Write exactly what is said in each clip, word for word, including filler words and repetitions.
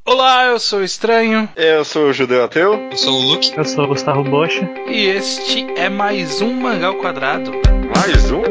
Olá, eu sou o Estranho. Eu sou o Judeu Ateu. Eu sou o Luke. Eu sou o Gustavo Bocha. E este é mais um Mangá ao Quadrado. Mais um?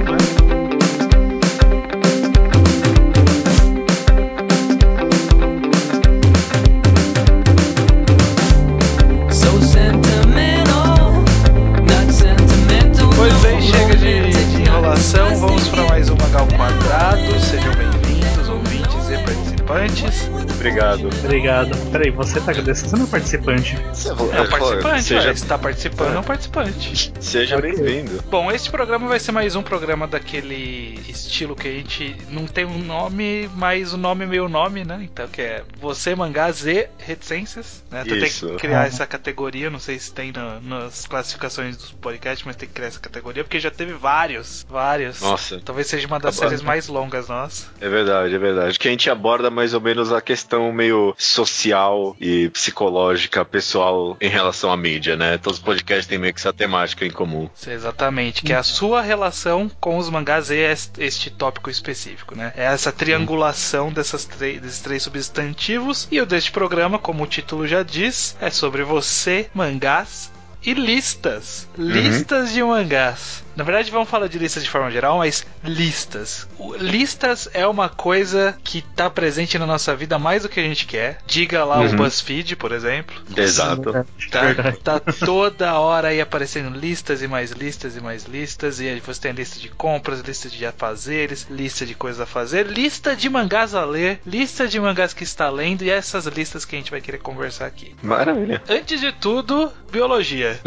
Pois bem, chega de, de enrolação. Vamos para mais um Mangá ao Quadrado. Sejam bem-vindos, ouvintes e participantes. Obrigado. Obrigado. Peraí, você tá agradecendo? Você não é participante? Você É um participante, seja, ué. Se tá participando, é um participante. seja bem-vindo. Bom, este programa vai ser mais um programa daquele estilo que a gente não tem um nome, mas o nome é meio nome, né? Então, que é Você, Mangás e Reticências, né? Tu tem Isso. que criar Ah. essa categoria, não sei se tem na- nas classificações dos podcasts, mas tem que criar essa categoria, porque já teve vários, vários. Nossa. Talvez seja uma das Acabou. séries mais longas nossa. É verdade, é verdade. Que a gente aborda mais ou menos a questão meio social e psicológica, pessoal em relação à mídia, né? Todos os podcasts têm meio que essa temática em comum. Exatamente, que é a sua relação com os mangás e este, este tópico específico, né? É essa triangulação dessas três, desses três substantivos. E o deste programa, como o título já diz, é sobre você, mangás e listas. Listas de mangás. Na verdade, vamos falar de listas de forma geral, mas listas. O- Listas é uma coisa que tá presente na nossa vida mais do que a gente quer. Diga lá Uhum. o BuzzFeed, por exemplo. Exato. Tá, Verdade. tá toda hora aí aparecendo listas e mais listas e mais listas. E aí você tem lista de compras, lista de afazeres, lista de coisas a fazer, lista de mangás a ler, lista de mangás que está lendo. E essas listas que a gente vai querer conversar aqui. Maravilha. Antes de tudo, biologia.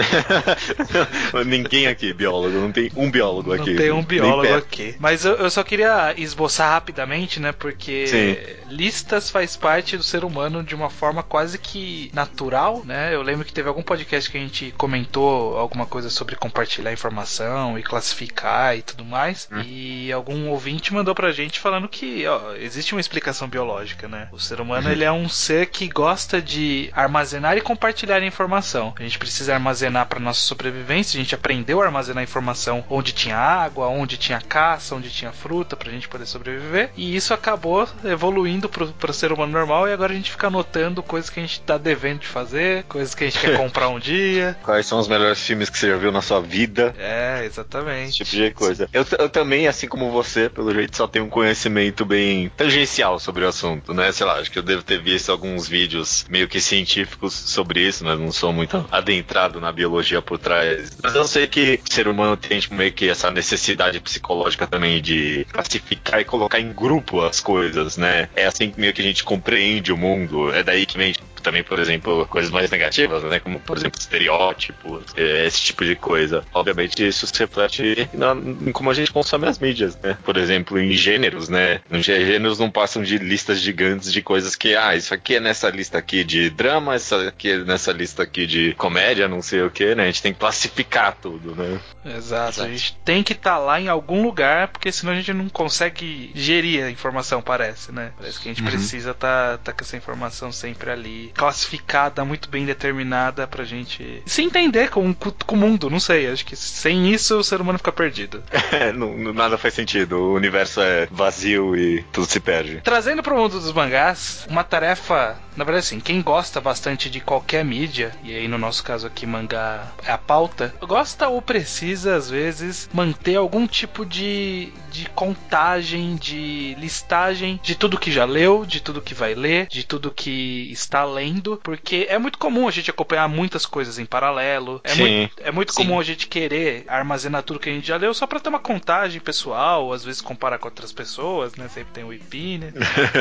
Ninguém aqui, biólogo. Não tem um biólogo Não aqui. tem um Nem biólogo perto. aqui. Mas eu, eu só queria esboçar rapidamente, né? Porque Sim. listas faz parte do ser humano de uma forma quase que natural, né? Eu lembro que teve algum podcast que a gente comentou alguma coisa sobre compartilhar informação e classificar e tudo mais. Hum. E algum ouvinte mandou pra gente falando que, ó, existe uma explicação biológica, né? O ser humano, Uhum. ele é um ser que gosta de armazenar e compartilhar informação. A gente precisa armazenar para nossa sobrevivência. A gente aprendeu a armazenar informação onde tinha água, onde tinha caça, onde tinha fruta, pra gente poder sobreviver. E isso acabou evoluindo pro, pro ser humano normal. E agora a gente fica anotando coisas que a gente tá devendo de fazer, coisas que a gente quer comprar um dia. Quais são os melhores filmes que você já viu na sua vida? É, Esse exatamente. tipo de coisa. Eu, eu também, assim como você, pelo jeito, só tenho um conhecimento bem tangencial sobre o assunto, né? Sei lá, acho que eu devo ter visto alguns vídeos meio que científicos sobre isso, mas não sou muito adentrado na biologia por trás. Mas eu sei que o ser humano tem tipo, meio que essa necessidade psicológica também de classificar e colocar em grupo as coisas, né? É assim que meio que a gente compreende o mundo. É daí que vem tipo, também, por exemplo, coisas mais negativas, né? Como, por exemplo, estereótipos, esse tipo de coisa. Obviamente, isso se reflete na, em como a gente consome as mídias, né? Por exemplo, em gêneros, né? Os gêneros não passam de listas gigantes de coisas que, ah, isso aqui é nessa lista aqui de drama, isso aqui é nessa lista aqui de comédia, não sei o que, né? A gente tem que classificar tudo, né? Exato. Exato. A gente tem que estar lá em algum lugar, porque senão a gente não consegue gerir a informação, parece, né? Parece que a gente Uhum. precisa estar tá, tá com essa informação sempre ali, classificada, muito bem determinada, pra gente se entender com, com, com o mundo. Não sei, acho que sem isso o ser humano fica perdido. É, não, não- nada faz sentido. O universo é vazio e tudo se perde. Trazendo pro mundo dos mangás, uma tarefa, na verdade assim, quem gosta bastante de qualquer mídia, e aí no nosso caso aqui mangá é a pauta, gosta ou precisa às vezes manter algum tipo de, de contagem, de listagem de tudo que já leu, de tudo que vai ler, de tudo que está lendo, porque é muito comum a gente acompanhar muitas coisas em paralelo, é Sim. muito, é muito Sim. comum a gente querer armazenar tudo que a gente já leu só pra ter uma contagem pessoal, ou às vezes comparar com outras pessoas, né? Sempre tem o I P, né?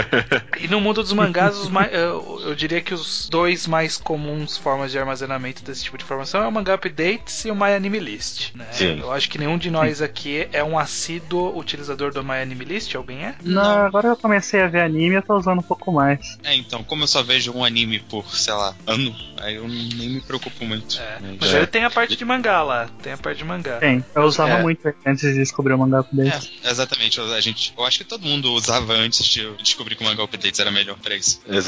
E no mundo dos mangás, os mais, eu, eu diria que os dois mais comuns formas de armazenamento desse tipo de informação é o Mangá Updates e o MyAnimeList, né? Sim. Eu acho que nenhum de nós aqui é um assíduo utilizador do MyAnimeList, alguém é? Não, agora eu comecei a ver anime e eu tô usando um pouco mais. É, então, como eu só vejo um anime por, sei lá, ano, aí eu nem me preocupo muito. É. Mas- Mas É. ele tem a parte de mangá lá, tem a parte de mangá. Tem, eu usava É. muito antes de descobrir o mangá update. É, exatamente. A gente, eu acho que todo mundo usava antes de eu descobrir que o Mangá Updates era melhor pra isso. Exato.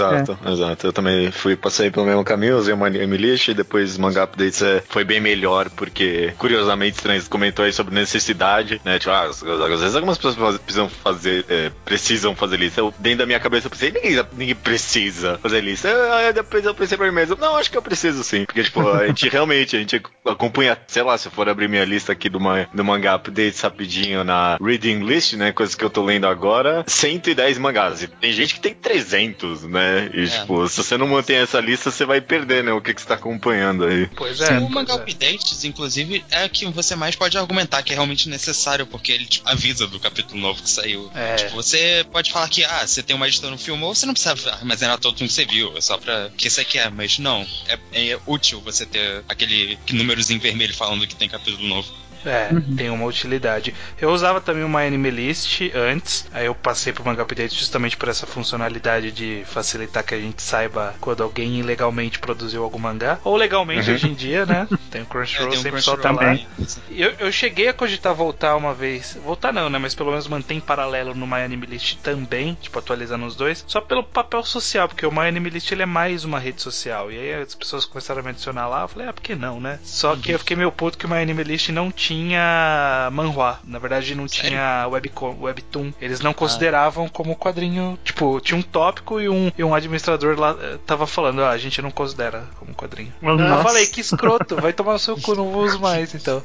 exato. Eu também fui, passei pelo mesmo caminho, usei uma anime list e depois Manga Updates é, foi bem melhor, porque, curiosamente, você comentou aí sobre necessidade, né? Tipo, ah, às, às vezes algumas pessoas precisam fazer, é, precisam fazer lista. Eu, dentro da minha cabeça eu pensei, ninguém, ninguém precisa fazer lista. Eu, eu, depois eu pensei pra mim mesmo, não, acho que eu preciso sim. Porque, tipo, a gente realmente, a gente acompanha, sei lá, se eu for abrir minha lista aqui do, do Manga Updates rapidinho na Reading List, né? Coisas que eu tô lendo agora, cento e dez mangás. E tem gente que tem trezentos, né? E, é. tipo, se você não mantém essa lista, você vai perder, né? O que, que você tá acompanhando aí. Pois é. O Manga Updates, inclusive, é que você mais pode argumentar que é realmente necessário, porque ele tipo, avisa do capítulo novo que saiu. É. Tipo, você pode falar que, ah, você tem uma edição no filme, ou você não precisa armazenar todo o que você viu, é só pra que você quer, mas não, é, é útil você ter aquele númerozinho vermelho falando que tem capítulo novo. É, uhum. Tem uma utilidade. Eu usava também uma Anime List antes, aí eu passei pro Manga Update justamente por essa funcionalidade de facilitar que a gente saiba quando alguém ilegalmente produziu algum mangá, ou legalmente uhum. hoje em dia, né? Tem o Crunchyroll, é, tem um sempre Crunchyroll solta lá. Eu, eu cheguei a cogitar voltar uma vez, voltar não, né? Mas pelo menos manter em paralelo no My Anime List também, tipo, atualizando os dois, só pelo papel social, porque o My Anime List ele é mais uma rede social, e aí as pessoas começaram a me adicionar lá, eu falei, ah, por que não, né? Só que uhum. eu fiquei meio puto que o My Anime List não tinha tinha manhwa, na verdade não Sério? tinha webcom, webtoon, eles não consideravam ah. como quadrinho, tipo, tinha um tópico e um, e um administrador lá tava falando, ah, a gente não considera como quadrinho. Nossa. Eu falei, que escroto, vai tomar no seu cu, não vou usar mais, então.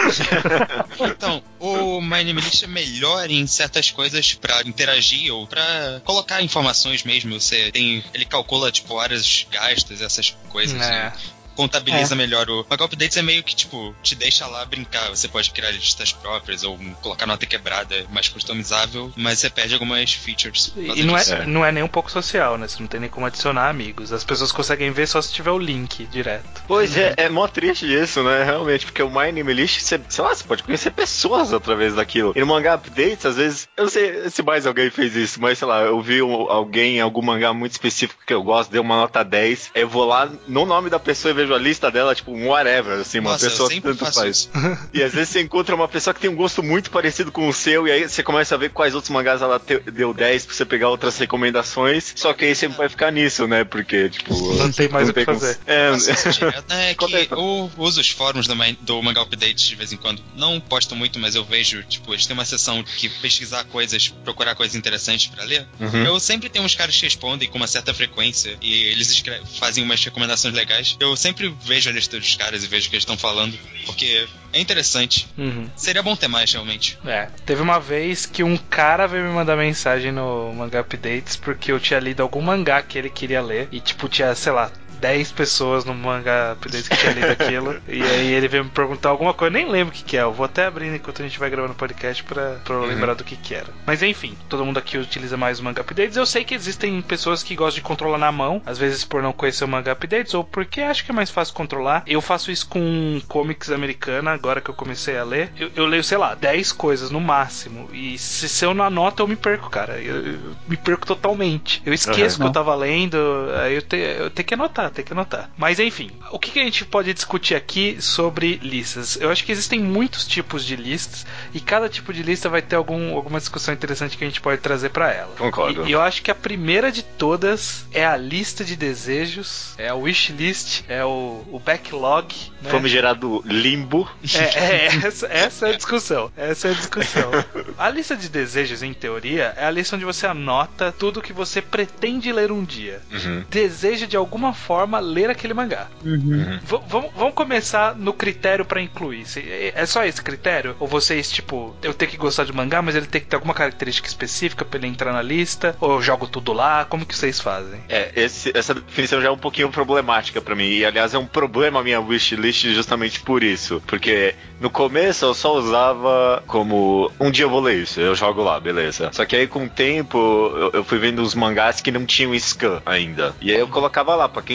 Então, o My Anime List é melhor em certas coisas pra interagir ou pra colocar informações mesmo, você tem, ele calcula, tipo, horas gastas, essas coisas, é. E contabiliza é. melhor. O Manga Updates é meio que, tipo, te deixa lá brincar. Você pode criar listas próprias ou colocar nota quebrada mais customizável, mas você perde algumas features. E não é, é. não é nem um pouco social, né? Você não tem nem como adicionar amigos. As pessoas conseguem ver só se tiver o link direto. Pois uhum. é, é mó triste isso, né? Realmente, porque o My Anime List, você, sei lá, você pode conhecer pessoas através daquilo. E no Manga Updates, às vezes, eu não sei se mais alguém fez isso, mas sei lá, eu vi um, alguém, algum mangá muito específico que eu gosto, deu uma nota dez, eu vou lá no nome da pessoa e vejo a lista dela, tipo, um whatever, assim, uma Nossa, pessoa que tanto faz. E às vezes você encontra uma pessoa que tem um gosto muito parecido com o seu, e aí você começa a ver quais outros mangás ela te, deu dez pra você pegar outras recomendações, só que aí você vai ficar nisso, né? Porque, tipo... Não tem mais o que fazer. Com... É, é que eu uso os fóruns do, do Manga Update de vez em quando. Não posto muito, mas eu vejo, tipo, eles têm uma seção que pesquisar coisas, procurar coisas interessantes pra ler. Uhum. Eu sempre tenho uns caras que respondem com uma certa frequência, e eles escrevem, fazem umas recomendações legais. Eu sempre vejo vejo a lista dos caras e vejo o que eles estão falando, porque é interessante. Uhum. Seria bom ter mais, realmente. É, teve uma vez que um cara veio me mandar mensagem no Manga Updates porque eu tinha lido algum mangá que ele queria ler e, tipo, tinha, sei lá, dez pessoas no Manga Updates que tinha lido aquilo. E aí ele veio me perguntar alguma coisa, eu nem lembro o que que é. Eu vou até abrir enquanto a gente vai gravando o podcast pra, pra eu uhum. lembrar do que que era. Mas enfim, todo mundo aqui utiliza mais o Manga Updates. Eu sei que existem pessoas que gostam de controlar na mão, às vezes por não conhecer o Manga Updates ou porque acho que é mais fácil controlar. Eu faço isso com comics americana, agora que eu comecei a ler. Eu, eu leio, sei lá, dez coisas no máximo. E se, se eu não anoto, eu me perco, cara. Eu, eu me perco totalmente. Eu esqueço uhum. que eu tava lendo, aí eu, te, eu tenho que anotar. Tem que anotar. Mas enfim, o que, que a gente pode discutir aqui sobre listas? Eu acho que existem muitos tipos de listas e cada tipo de lista vai ter algum, alguma discussão interessante que a gente pode trazer pra ela. Concordo. E, e eu acho que a primeira de todas é a lista de desejos, é a wishlist, é o, o backlog. Né? Famigerado limbo. É, é essa, essa é a discussão. Essa é a discussão. A lista de desejos, em teoria, é a lista onde você anota tudo que você pretende ler um dia. Uhum. Deseja de alguma forma ler aquele mangá. Uhum. V- vamos, vamos começar no critério pra incluir. É só esse critério? Ou vocês, tipo, eu tenho que gostar de mangá, mas ele tem que ter alguma característica específica pra ele entrar na lista? Ou eu jogo tudo lá? Como que vocês fazem? É, esse, essa definição já é um pouquinho problemática pra mim. E, aliás, é um problema a minha wishlist justamente por isso. Porque no começo eu só usava como um dia eu vou ler isso, eu jogo lá, beleza. Só que aí com o tempo eu, eu fui vendo os mangás que não tinham scan ainda. E aí eu colocava lá, pra quem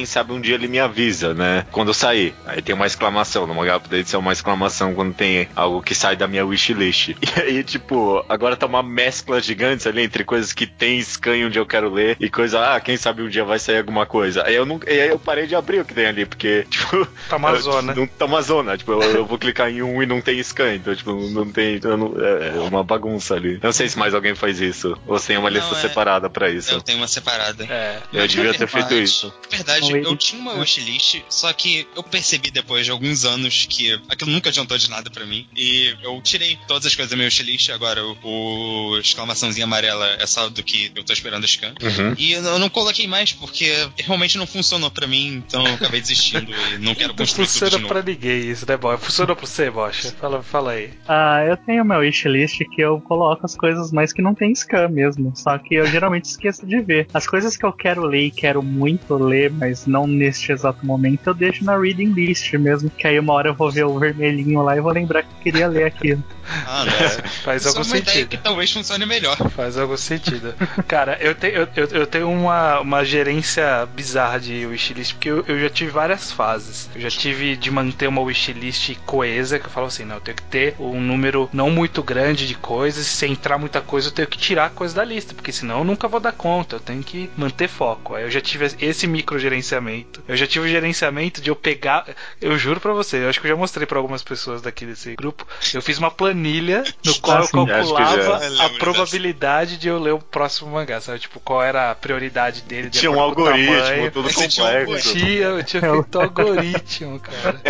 sabe um dia ele me avisa, né? Quando eu sair. Aí tem uma exclamação. No Mangá Updates é uma exclamação quando tem algo que sai da minha wishlist. E aí, tipo, agora tá uma mescla gigante ali entre coisas que tem scan onde eu quero ler e coisa, ah, quem sabe um dia vai sair alguma coisa. Aí eu, não, e aí eu parei de abrir o que tem ali, porque, tipo... Tá uma zona. Não, tá uma zona. Tipo, eu, eu vou clicar em um e não tem scan. Então, tipo, não tem... Não, é uma bagunça ali. Não sei se mais alguém faz isso. Ou se tem uma lista não, é... separada pra isso. Eu tenho uma separada. É. Eu Mas, devia na ter verdade, feito isso. Na verdade, eu tinha uma wishlist, só que eu percebi depois de alguns anos que aquilo nunca adiantou de nada pra mim. E eu tirei todas as coisas da minha wishlist. Agora o, o exclamaçãozinha amarela é só do que eu tô esperando o scan. Uhum. E eu não coloquei mais porque realmente não funcionou pra mim. Então eu acabei desistindo e não quero construir tudo de funciona novo. pra ninguém isso, né, Bocha? Funcionou pra você, Bocha? Fala, fala aí. Ah, eu tenho meu wishlist que eu coloco as coisas mais que não tem scan mesmo. Só que eu geralmente esqueço de ver. As coisas que eu quero ler e quero muito ler, mas não neste exato momento, eu deixo na reading list mesmo. Que aí uma hora eu vou ver o vermelhinho lá e vou lembrar que eu queria ler aquilo. Ah, nossa. Faz Isso algum é uma sentido. ideia que talvez funcione melhor. Faz algum sentido. Cara, eu, te, eu, eu, eu tenho uma, uma gerência bizarra de wishlist, porque eu, eu já tive várias fases. Eu já tive de manter uma wishlist coesa, que eu falo assim, não, eu tenho que ter um número não muito grande de coisas, se entrar muita coisa, eu tenho que tirar coisa da lista, porque senão eu nunca vou dar conta, eu tenho que manter foco. Aí eu já tive esse micro gerenciamento. Eu já tive o gerenciamento de eu pegar, eu juro pra você, eu acho que eu já mostrei pra algumas pessoas daqui desse grupo, eu fiz uma planilha no qual Ah, eu sim. calculava Acho que já. a probabilidade de eu ler o próximo mangá, sabe? Tipo, qual era a prioridade dele de Tinha um acordo com o algoritmo, tamanho. tudo Esse tinha um complexo. Tinha, eu tinha feito um algoritmo, cara.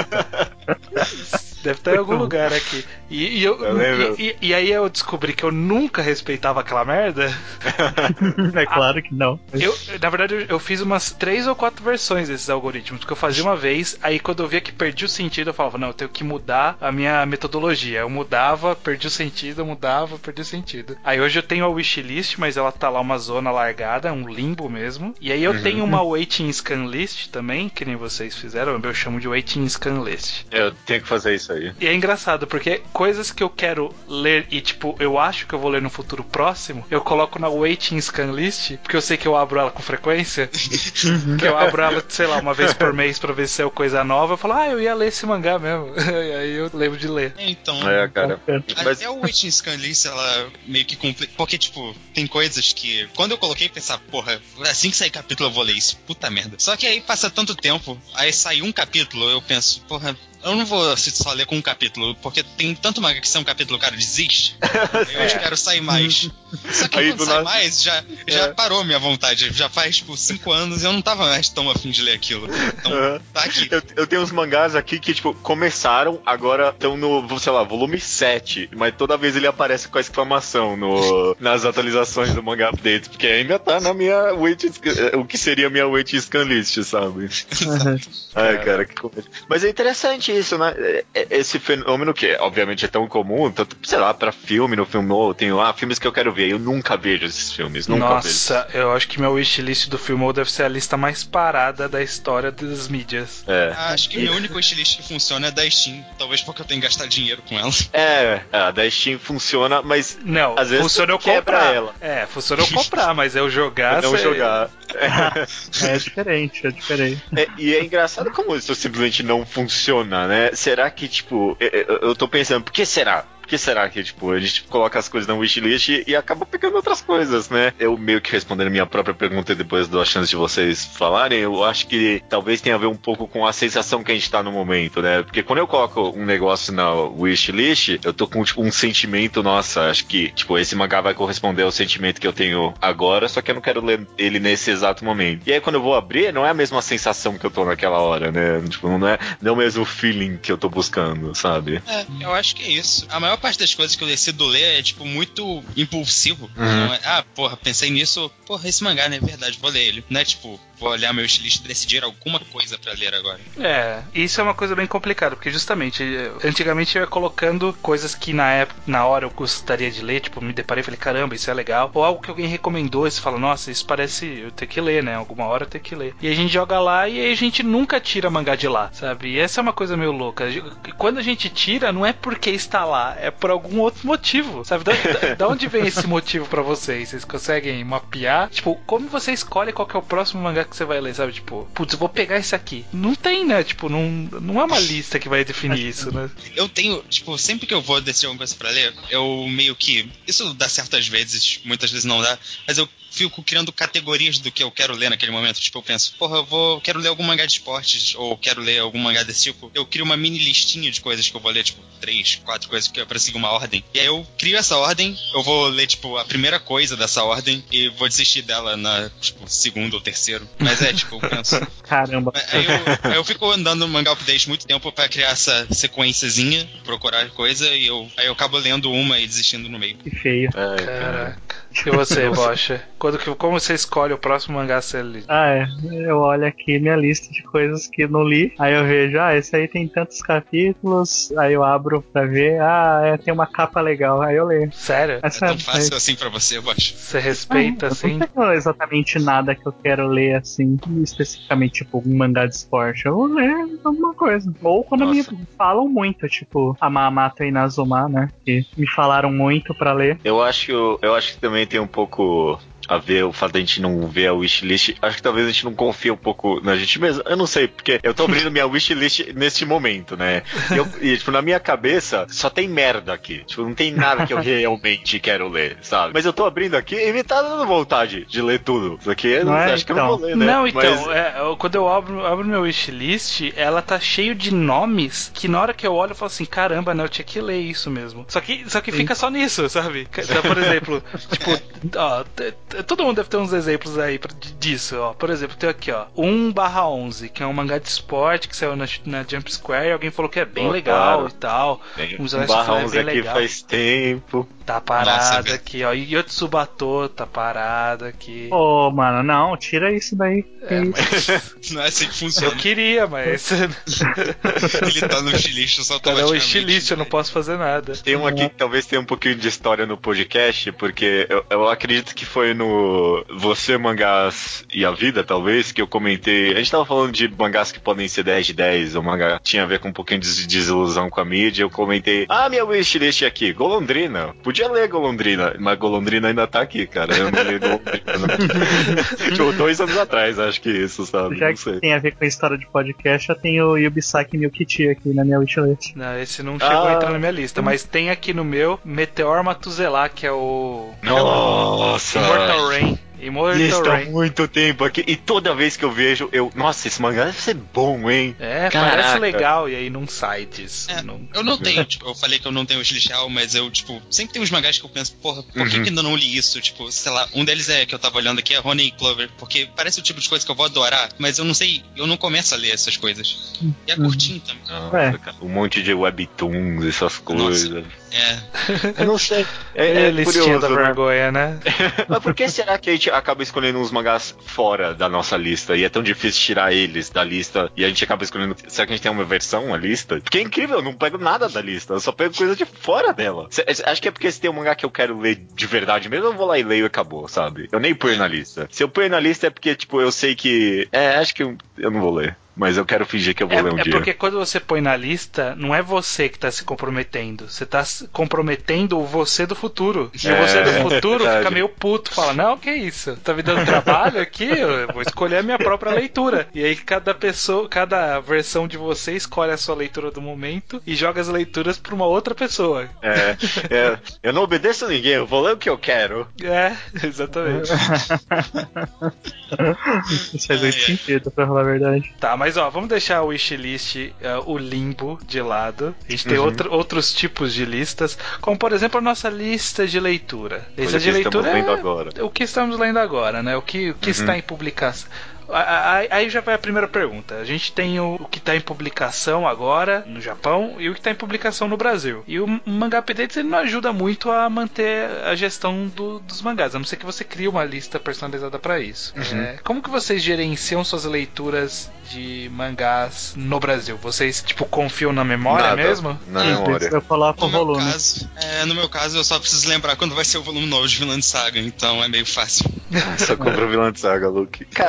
Deve estar em algum lugar aqui. E, e, eu, Eu lembro. e, e, e aí eu descobri que eu nunca respeitava aquela merda. É claro que não. Eu, na verdade, eu, eu fiz umas três ou quatro versões desses algoritmos, porque eu fazia uma vez, aí quando eu via que perdi o sentido, eu falava, não, eu tenho que mudar a minha metodologia. Eu mudava, perdi o sentido, eu mudava, perdi o sentido. Aí hoje eu tenho a wishlist, mas ela tá lá uma zona largada, um limbo mesmo. E aí eu Uhum. tenho uma waiting scan list também, que nem vocês fizeram, eu chamo de waiting scan list. Eu tenho que fazer isso aí. E é engraçado, porque coisas que eu quero ler e, tipo, eu acho que eu vou ler no futuro próximo, eu coloco na waiting scan list, porque eu sei que eu abro ela com frequência, que eu abro ela, sei lá, uma vez por mês pra ver se é coisa nova, eu falo, ah, eu ia ler esse mangá mesmo. E aí eu lembro de ler. Então, É, cara. Mas... até o Waiting Scan List, ela meio que complica. Porque, tipo, tem coisas que. Quando eu coloquei, pensar, porra, assim que sair capítulo eu vou ler isso. Puta merda. Só que aí passa tanto tempo, aí sai um capítulo, eu penso, porra. Eu não vou só ler com um capítulo, porque tem tanto manga que sai um capítulo, o cara desiste. Eu é. espero sair mais. Só que aí, quando sai nada... mais, já, já é. parou minha vontade. Já faz, tipo, cinco anos e eu não tava mais tão afim de ler aquilo. Então, uhum. tá aqui. Eu, eu tenho uns mangás aqui que, tipo, começaram, agora estão no, sei lá, volume sete. Mas toda vez ele aparece com a exclamação no, nas atualizações do Mangá Update, porque ainda tá na minha wait, o que seria a minha wait scan list, sabe? Uhum. Ai, cara, que coisa. Mas é interessante isso, né? Esse fenômeno que, obviamente, é tão comum, tanto, sei lá, pra filme, no filme, ou tenho ah, filmes que eu quero ver. Eu nunca vejo esses filmes, nunca Nossa, vejo. eu acho que meu wishlist do filme deve ser a lista mais parada da história das mídias. É. Acho que meu único wishlist que funciona é da Steam, talvez porque eu tenho que gastar dinheiro com ela. É, a da Steam funciona, mas não, às vezes funciona eu comprar ela. É, funciona eu comprar, mas eu jogar... Eu não cê... jogar. É diferente, é diferente. É, e é engraçado como isso simplesmente não funciona, né? Será que, tipo, eu, eu tô pensando, por que será? Por que será que, tipo, a gente coloca as coisas na wishlist e, e acaba pegando outras coisas, né? Eu meio que respondendo a minha própria pergunta depois da chance de vocês falarem, eu acho que talvez tenha a ver um pouco com a sensação que a gente tá no momento, né? Porque quando eu coloco um negócio na wishlist, eu tô com, tipo, um sentimento, nossa, acho que, tipo, esse mangá vai corresponder ao sentimento que eu tenho agora, só que eu não quero ler ele nesse exato momento. E aí quando eu vou abrir, não é a mesma sensação que eu tô naquela hora, né? Tipo, não é, não é o mesmo feeling que eu tô buscando, sabe? É, eu acho que é isso. A maior parte das coisas que eu decido ler é, tipo, muito impulsivo. Uhum. Não é, ah, porra, pensei nisso, porra, esse mangá, né, é verdade, vou ler ele. Não é, tipo, vou olhar meu wishlist e decidir alguma coisa pra ler agora. É, isso é uma coisa bem complicada, porque justamente, antigamente eu ia colocando coisas que na época, na hora eu gostaria de ler, tipo, me deparei e falei, caramba, isso é legal. Ou algo que alguém recomendou e você fala, nossa, isso parece eu ter que ler, né, alguma hora eu ter que ler. E a gente joga lá e aí a gente nunca tira mangá de lá, sabe? E essa é uma coisa meio louca. Quando a gente tira, não é porque está lá, é por algum outro motivo, sabe? Da, da, da onde vem esse motivo pra vocês? Vocês conseguem mapear? Tipo, como você escolhe qual que é o próximo mangá que você vai ler, sabe? Tipo, putz, eu vou pegar esse aqui. Não tem, né? Tipo, não, não é uma lista que vai definir isso, né? Eu tenho, tipo, sempre que eu vou decidir alguma coisa pra ler, eu meio que... Isso dá certas vezes, muitas vezes não dá, mas eu fico criando categorias do que eu quero ler naquele momento. Tipo, eu penso, porra, eu vou, quero ler algum mangá de esportes, ou quero ler algum mangá desse tipo. Eu crio uma mini listinha de coisas que eu vou ler, tipo, três, quatro coisas que é pra seguir uma ordem. E aí eu crio essa ordem, eu vou ler, tipo, a primeira coisa dessa ordem e vou desistir dela na, tipo, segundo ou terceiro. Mas é, tipo, eu penso... Caramba. Aí eu, aí eu fico andando no Mangá Update muito tempo pra criar essa sequenciazinha, procurar coisa, e eu, aí eu acabo lendo uma e desistindo no meio. Que feio. É, Caraca. E você, Bocha? Quando que, como você escolhe o próximo mangá a ser lido? Ah, é. Eu olho aqui minha lista de coisas que não li. Aí eu vejo, ah, esse aí tem tantos capítulos. Aí eu abro pra ver, ah, é, tem uma capa legal. Aí eu leio. Sério? É tão fácil aí. Assim pra você, eu acho. Você respeita, ah, assim? Eu não tenho exatamente nada que eu quero ler, assim, especificamente, tipo, um mangá de esporte. Eu vou ler alguma coisa. Ou quando Nossa. me falam muito, tipo, a Mamata Inazuma, né? Que me falaram muito pra ler. Eu acho, eu acho que também tem um pouco a ver o fato de a gente não ver a wishlist. Acho que talvez a gente não confie um pouco na gente mesmo. Eu não sei, porque eu tô abrindo minha wishlist neste momento, né? E, eu, e, tipo, na minha cabeça, só tem merda aqui. Tipo, não tem nada que eu realmente quero ler, sabe? Mas eu tô abrindo aqui e me tá dando vontade de ler tudo. Isso aqui eu Não não, é? acho que eu Então. não vou ler, né? Não, então, Mas... é, eu- quando eu abro, abro meu wishlist, ela tá cheio de nomes que na hora que eu olho eu falo assim, caramba, né, eu tinha que ler isso mesmo. Só que, só que fica só nisso, sabe? Então, por exemplo, tipo, ó, t- t- todo mundo deve ter uns exemplos aí pra- d- disso, ó. Por exemplo, tem aqui, ó, um barra onze, que é um mangá de esporte que saiu na, na Jump Square, e alguém falou que é bem Pô, legal claro. e tal. Tem Um um Slice of barra Life onze bem aqui legal. faz tempo. Tá parado Nossa, aqui, ó. E Yotsubato tá parado aqui. Ô, mano, não, tira isso daí. Que É, isso? mas Não é assim que eu funciona. queria, mas Ele tá no wishlist só tá no automaticamente. wishlist, eu não posso fazer nada. Tem um aqui que talvez tenha um pouquinho de história no podcast, porque eu, eu acredito que foi no Você, Mangás e a Vida, talvez, que eu comentei. A gente tava falando de mangás que podem ser dez de dez, ou mangá tinha a ver com um pouquinho de desilusão com a mídia. Eu comentei, ah, minha wishlist aqui, Golondrina. Podia ler Golondrina, mas Golondrina ainda tá aqui, cara. Eu não li Golondrina, não. Tipo, dois anos atrás, acho que isso, sabe? Já Não que sei. tem a ver com a história de podcast, eu tenho o Yubisaki Milk Tea aqui na minha wishlist. Não, esse não chegou Ah. a entrar na minha lista, mas tem aqui no meu Meteor Matuzelá, que é o Nossa! Immortal Rain. Immortal Lista há Rain. muito tempo aqui. E toda vez que eu vejo, eu. Nossa, esse mangá deve ser bom, hein? É, Caraca. parece legal, e aí não sai disso. É, não... eu não tenho, tipo, eu falei que eu não tenho wishlist real, mas eu, tipo, sempre tem uns mangás que eu penso, porra, por que, Uhum. que ainda não li isso? Tipo, sei lá, um deles é que eu tava olhando aqui, é Honey Clover, porque parece o tipo de coisa que eu vou adorar, mas eu não sei, eu não começo a ler essas coisas. E é curtinho também. Nossa, É. cara, um monte de webtoons, essas coisas. É. Eu não sei. É, É, é listinha da curioso, né? vergonha, né? Mas por que será que a gente acaba escolhendo uns mangás fora da nossa lista? E é tão difícil tirar eles da lista. E a gente acaba escolhendo. Será que a gente tem uma versão, uma lista? Porque é incrível, eu não pego nada da lista. Eu só pego coisa de fora dela. Cê- Acho que é porque se tem um mangá que eu quero ler de verdade mesmo, eu vou lá e leio e acabou, sabe? Eu nem ponho na lista. Se eu ponho na lista é porque, tipo, eu sei que. É, acho que eu, eu não vou ler. Mas eu quero fingir que eu vou É, ler um é dia. porque quando você põe na lista, não é você que tá se comprometendo. Você tá se comprometendo o você do futuro. E o É, você do futuro verdade. fica meio puto, fala, não, que isso? Tá me dando trabalho aqui? Eu vou escolher a minha própria leitura. E aí cada pessoa, cada versão de você escolhe a sua leitura do momento e joga as leituras pra uma outra pessoa. É, é, eu não obedeço a ninguém, eu vou ler o que eu quero. É, exatamente. Isso faz muito Ai, ai. sentido, pra falar a verdade. Tá, mas ó, vamos deixar o wishlist, uh, o limbo de lado. A gente tem Uhum. outro, outros tipos de listas, como por exemplo a nossa lista de leitura. Coisa Lista de que estamos leitura lendo é agora. o que estamos lendo agora, né? O que, o que Uhum. está em publicação. A- a- Aí já vai a primeira pergunta. A gente tem o, o que está em publicação agora no Japão e o que está em publicação no Brasil. E o Mangá Updates ele não ajuda muito a manter a gestão do- dos mangás, a não ser que você crie uma lista personalizada para isso. Uhum. É, como que vocês gerenciam suas leituras de mangás no Brasil? Vocês tipo confiam na memória Nada, mesmo? Na Simples, memória. eu coloco No o meu, volume. caso, é, no meu caso, eu só preciso lembrar quando vai ser o volume novo de Vinland Saga, então é meio fácil. Só compra o vilão de saga, Luke. Cara, Eu eu coloco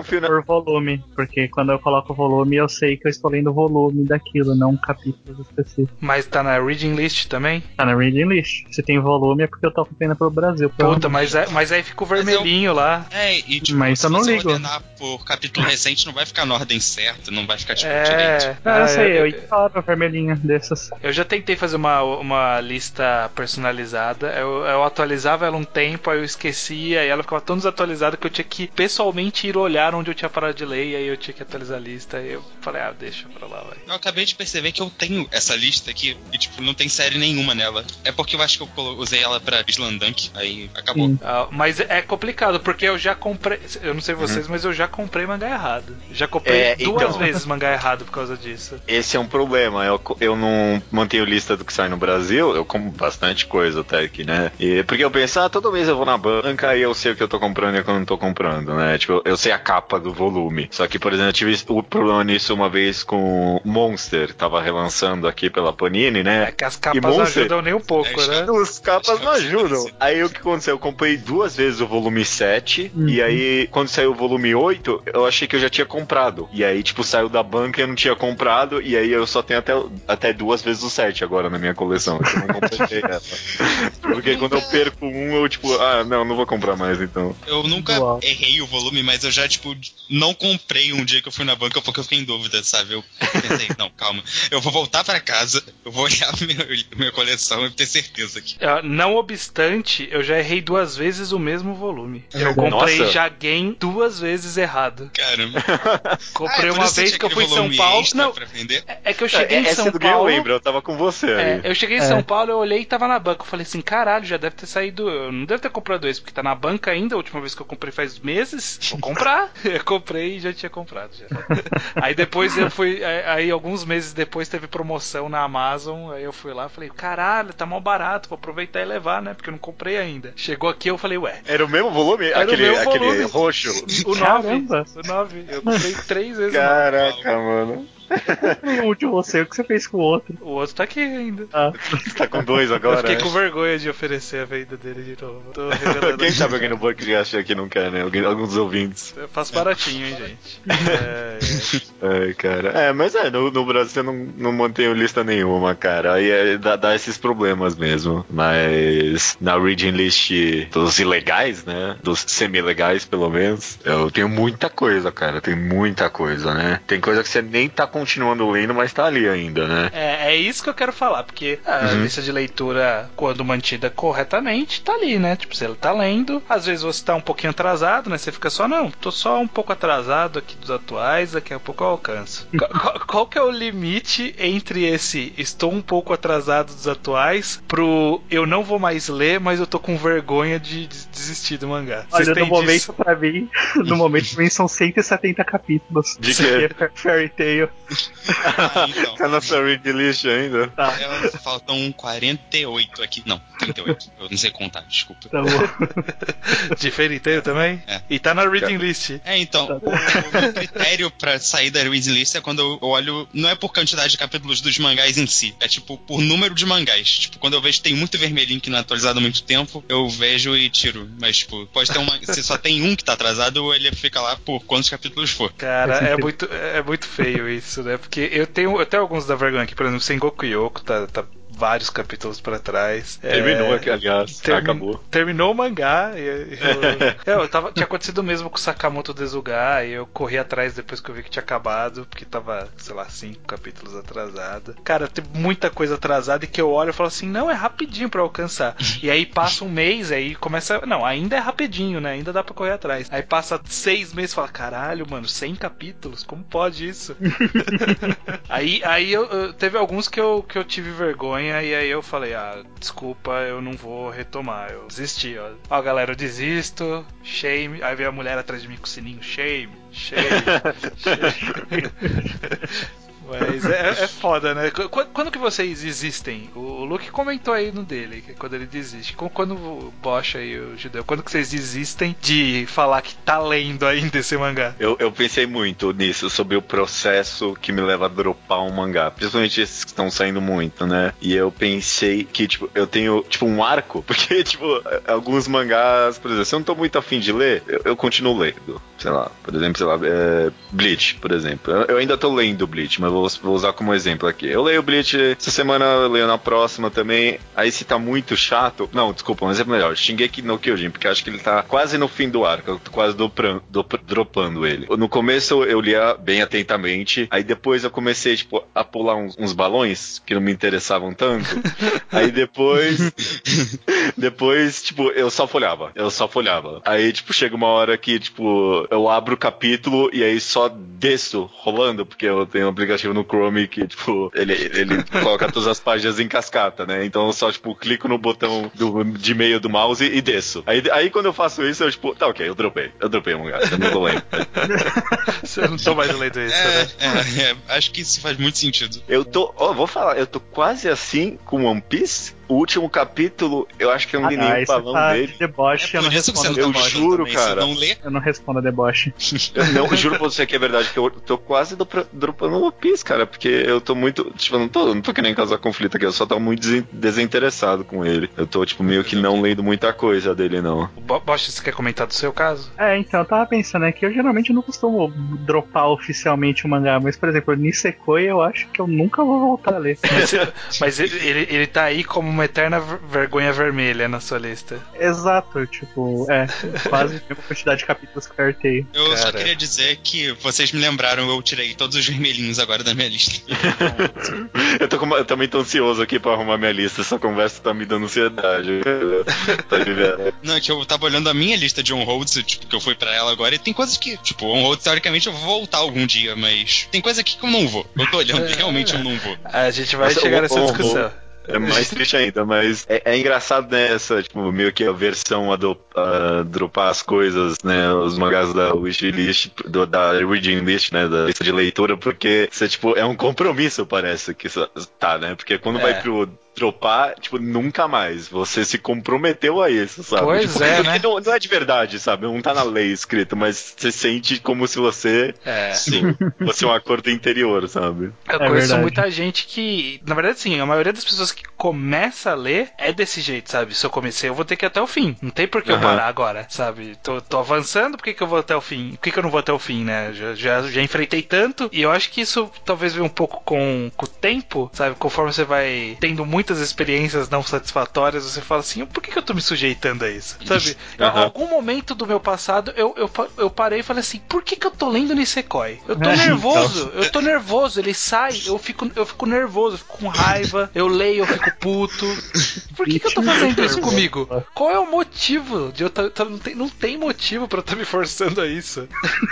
confio na... por volume, porque quando eu coloco volume, eu sei que eu estou lendo o volume daquilo, não capítulos específicos. Mas tá na reading list também? Tá na reading list. Se tem volume é porque eu tô acompanhando pelo Brasil. Puta, mas, é, mas aí fica o vermelhinho eu, lá. É, e tipo, mas se eu não você ligo. ordenar por capítulo recente, não vai ficar na ordem certa, não vai ficar tipo É, direito. Não, eu ah, sei, eu eu, ignoro a vermelhinha dessas. eu já tentei fazer uma, uma lista personalizada. Eu, eu atualizava ela um tempo, aí eu esquecia, e ela ficava tão desatualizada que eu tinha que pessoalmente ir olhar onde eu tinha parado de ler, e aí eu tinha que atualizar a lista. E eu falei, ah, deixa pra lá, vai. Eu acabei de perceber que eu tenho essa lista aqui e, tipo, não tem série nenhuma nela. É porque eu acho que eu usei ela pra Slandunk, aí acabou. Uh, mas é complicado, porque eu já comprei. Eu não sei vocês, uhum. mas eu já comprei mangá errado. Já comprei é, duas então, vezes mangá errado por causa disso. Esse é um problema. Eu, eu não mantenho lista do que sai no Brasil, eu compro bastante coisa até aqui, né? E, porque eu penso, ah, todo mês eu vou na banca e eu sei o que eu tô comprando e o que eu não tô comprando, né? Tipo, eu sei a capa do volume. Só que, por exemplo, eu tive o problema nisso uma vez com Monster, tava relançando aqui pela Panini, né? É que as capas não ajudam nem um pouco, é, né? Os capas não ajudam. Aí o que aconteceu? Eu comprei duas vezes o volume sete, uhum. e aí quando saiu o volume oito, eu achei que eu já tinha comprado. E aí, tipo, saiu da banca e eu não tinha comprado, e aí eu só tenho até, até duas vezes o sete agora na minha coleção. Eu não completei ela. Porque quando eu perco um, eu, tipo, ah, não, não vou comprar mais, então. Eu nunca Uau. errei o volume, mas eu já, tipo, não comprei um dia que eu fui na banca porque eu fiquei em dúvida, sabe? Eu pensei, não, calma, eu vou voltar pra casa, eu vou olhar a minha, minha coleção e ter certeza que... Não obstante, eu já errei duas vezes o mesmo volume. Eu comprei Nossa. Jaguen duas vezes errado. Caramba. Comprei ah, é uma vez que eu fui em São Paulo. Não, é que eu cheguei é, em São essa do Paulo. Eu lembro, eu tava com você aí. É, eu cheguei em é. São Paulo, eu olhei e tava na banca. Eu falei assim, caralho, já deve ter saído. Eu não deve ter comprado esse, porque tá na banca ainda. A última vez que eu comprei faz meses. Vou comprar. Eu comprei e já tinha comprado já. Aí depois eu fui. Aí alguns meses depois teve promoção na Amazon. Aí eu fui lá e falei, caralho, tá mal barato, vou aproveitar e levar, né? Porque eu não comprei ainda. Chegou aqui eu falei, ué. Era o mesmo volume? Era aquele, o mesmo aquele volume. roxo. O nove. O nove. Eu comprei três vezes o nove. Caraca, mano. Eu comprei um de você, o que você fez com o outro? O outro tá aqui ainda. Ah. Você tá com dois agora? Eu fiquei né? com vergonha de oferecer a venda dele de novo. Tô Quem sabe alguém no banco de acha que não quer, né? Alguém, alguns ouvintes. Eu faço baratinho, hein, gente. É, é. Ai, cara. É, mas é, no, no Brasil eu não, não mantenho lista nenhuma, cara. Aí é, dá, dá esses problemas mesmo. Mas na reading list dos ilegais, né? Dos semi-legais, pelo menos, eu tenho muita coisa, cara. Tem muita coisa, né? Tem coisa que você nem tá continuando lendo, mas tá ali ainda, né? É, é isso que eu quero falar, porque a uhum. lista de leitura, quando mantida corretamente, tá ali, né? Tipo, você tá lendo, às vezes você tá um pouquinho atrasado, né? Você fica só, não, tô só um pouco atrasado aqui dos atuais, daqui a pouco eu alcanço. qual, qual que é o limite entre esse estou um pouco atrasado dos atuais pro eu não vou mais ler, mas eu tô com vergonha de desistir do mangá? Vocês Olha, no momento disso? pra mim, no momento pra mim são cento e setenta capítulos. De quê? Fairy Tail. Ah, então. Tá na sua read list ainda? Tá. É, faltam quarenta e oito aqui. Não, trinta e oito. Eu não sei contar, desculpa. Tá bom. De Fairy Tail também? É. E tá na reading list. É, então, tá. o, o meu critério pra sair da reading list é quando eu olho, não é por quantidade de capítulos dos mangás em si, é tipo por número de mangás. Tipo, quando eu vejo que tem muito vermelhinho que não é atualizado há muito tempo, eu vejo e tiro. Mas, tipo, pode ter uma. Se só tem um que tá atrasado, ele fica lá por quantos capítulos for. Cara, é muito, é muito feio isso, né? Porque eu tenho, eu tenho alguns da vergonha aqui, por exemplo, Sengoku Yoko tá, tá vários capítulos pra trás. Terminou, é, aliás. termi- acabou. Terminou o mangá. E eu, eu tava, tinha acontecido o mesmo com o Sakamoto Desuga, e eu corri atrás depois que eu vi que tinha acabado, porque tava, sei lá, cinco capítulos atrasado. Cara, tem muita coisa atrasada e que eu olho e falo assim, não, é rapidinho pra alcançar. E aí passa um mês, aí começa... Não, ainda é rapidinho, né? Ainda dá pra correr atrás. Aí passa seis meses e fala, caralho, mano, cem capítulos? Como pode isso? aí aí eu, eu, teve alguns que eu, que eu tive vergonha. E aí eu falei, ah, desculpa, eu não vou retomar. Eu desisti, ó. Ó, galera, eu desisto. Shame. Aí veio a mulher atrás de mim com o sininho. Shame, shame, shame. Mas é, é foda, né? Quando que vocês existem? O Luke comentou aí no dele, que quando ele desiste. Quando o Bosch aí, o judeu, quando que vocês desistem de falar que tá lendo ainda esse mangá? Eu, eu pensei muito nisso, sobre o processo que me leva a dropar um mangá. Principalmente esses que estão saindo muito, né? E eu pensei que, tipo, eu tenho, tipo, um arco. Porque, tipo, alguns mangás, por exemplo, se eu não tô muito afim de ler, eu, eu continuo lendo. sei lá, por exemplo, sei lá, é, Bleach, por exemplo. Eu, eu ainda tô lendo Bleach, mas vou, vou usar como exemplo aqui. Eu leio Bleach essa semana, eu leio na próxima também. Aí se tá muito chato... Não, desculpa, mas é melhor. Shingeki no Kyojin, porque eu acho que ele tá quase no fim do arco. Eu tô quase dopran, dop, dropando ele. No começo eu lia bem atentamente. Aí depois eu comecei, tipo, a pular uns, uns balões que não me interessavam tanto. Aí depois... depois, tipo, eu só folhava. Eu só folhava. Aí, tipo, chega uma hora que, tipo, eu abro o capítulo e aí só desço rolando, porque eu tenho um aplicativo no Chrome que, tipo, ele, ele coloca todas as páginas em cascata, né? Então eu só, tipo, clico no botão do, de meio do mouse e desço. Aí, aí quando eu faço isso, eu, tipo, tá ok, eu dropei. Eu dropei o mangá. Eu não tô lendo. Você não tô mais lendo isso, é, né? É, é, acho que isso faz muito sentido. Eu tô, ó, vou falar, eu tô quase assim com One Piece. O último capítulo, eu acho que eu não li Ah, nenhum aí balão tá dele. de deboche, É eu não por isso que você respondo não tá Eu gostando juro, também, cara. Você não lê? Eu não respondo a deboche. Eu não, eu juro pra você que é verdade, que eu tô quase dropando dropando One Piece, cara, porque eu tô muito, tipo, eu não tô, não tô querendo causar conflito aqui, eu só tô muito desen- desinteressado com ele. Eu tô, tipo, meio que não lendo muita coisa dele, não. O Bo- Bosch, você quer comentar do seu caso? É, então, eu tava pensando, é que eu geralmente não costumo dropar oficialmente o mangá, mas, por exemplo, Nisekoi eu acho que eu nunca vou voltar a ler. Mas, mas ele, ele, ele tá aí como uma eterna ver- vergonha vermelha na sua lista. Exato, tipo, é, quase a mesma quantidade de capítulos que eu cartei. Eu Cara. só queria dizer que vocês me lembraram, eu tirei todos os vermelhinhos agora da minha lista. eu, tô com, eu também tô ansioso aqui pra arrumar minha lista, essa conversa tá me dando ansiedade. Tá me vendo? Não, é que eu tava olhando a minha lista de on-holds, tipo, que eu fui pra ela agora, e tem coisas que, tipo, on-hold, teoricamente eu vou voltar algum dia, mas tem coisa aqui que eu não vou. Eu tô olhando e realmente eu não vou. A gente vai Nossa, chegar o- nessa o- discussão. É mais triste ainda, mas é, é engraçado, né, essa, tipo, meio que a versão a, do, a dropar as coisas, né, os mangás da wishlist, do, da reading list, né, da lista de leitura, porque você, tipo, é um compromisso, parece, que isso tá, né, porque quando É. vai pro dropar, tipo, nunca mais, você se comprometeu a isso, sabe? Pois Tipo, é, porque né? não, não é de verdade, sabe, não tá na lei escrito, mas você sente como se você, É. sim, fosse um acordo interior, sabe? Eu É conheço verdade. muita gente que, na verdade, sim, a maioria das pessoas que começa a ler é desse jeito, sabe? Se eu comecei, eu vou ter que ir até o fim. Não tem por que eu Aham. parar agora, sabe? Tô, tô avançando, por que, que eu vou até o fim? Por que, que eu não vou até o fim, né? Já, já, já enfrentei tanto, e eu acho que isso talvez venha um pouco com, com o tempo, sabe? Conforme você vai tendo muitas experiências não satisfatórias, você fala assim, por que, que eu tô me sujeitando a isso? Sabe? Em Aham. algum momento do meu passado, eu, eu, pa- eu parei e falei assim, por que, que eu tô lendo Nisekoi? Eu tô É, nervoso, eu tô nervoso, ele sai, eu fico, eu fico nervoso, eu fico com raiva, eu leio, eu fico puto. Por que, que eu tô fazendo isso comigo? Qual é o motivo de eu tá, tá- não, tem, não tem motivo pra eu estar me forçando a isso.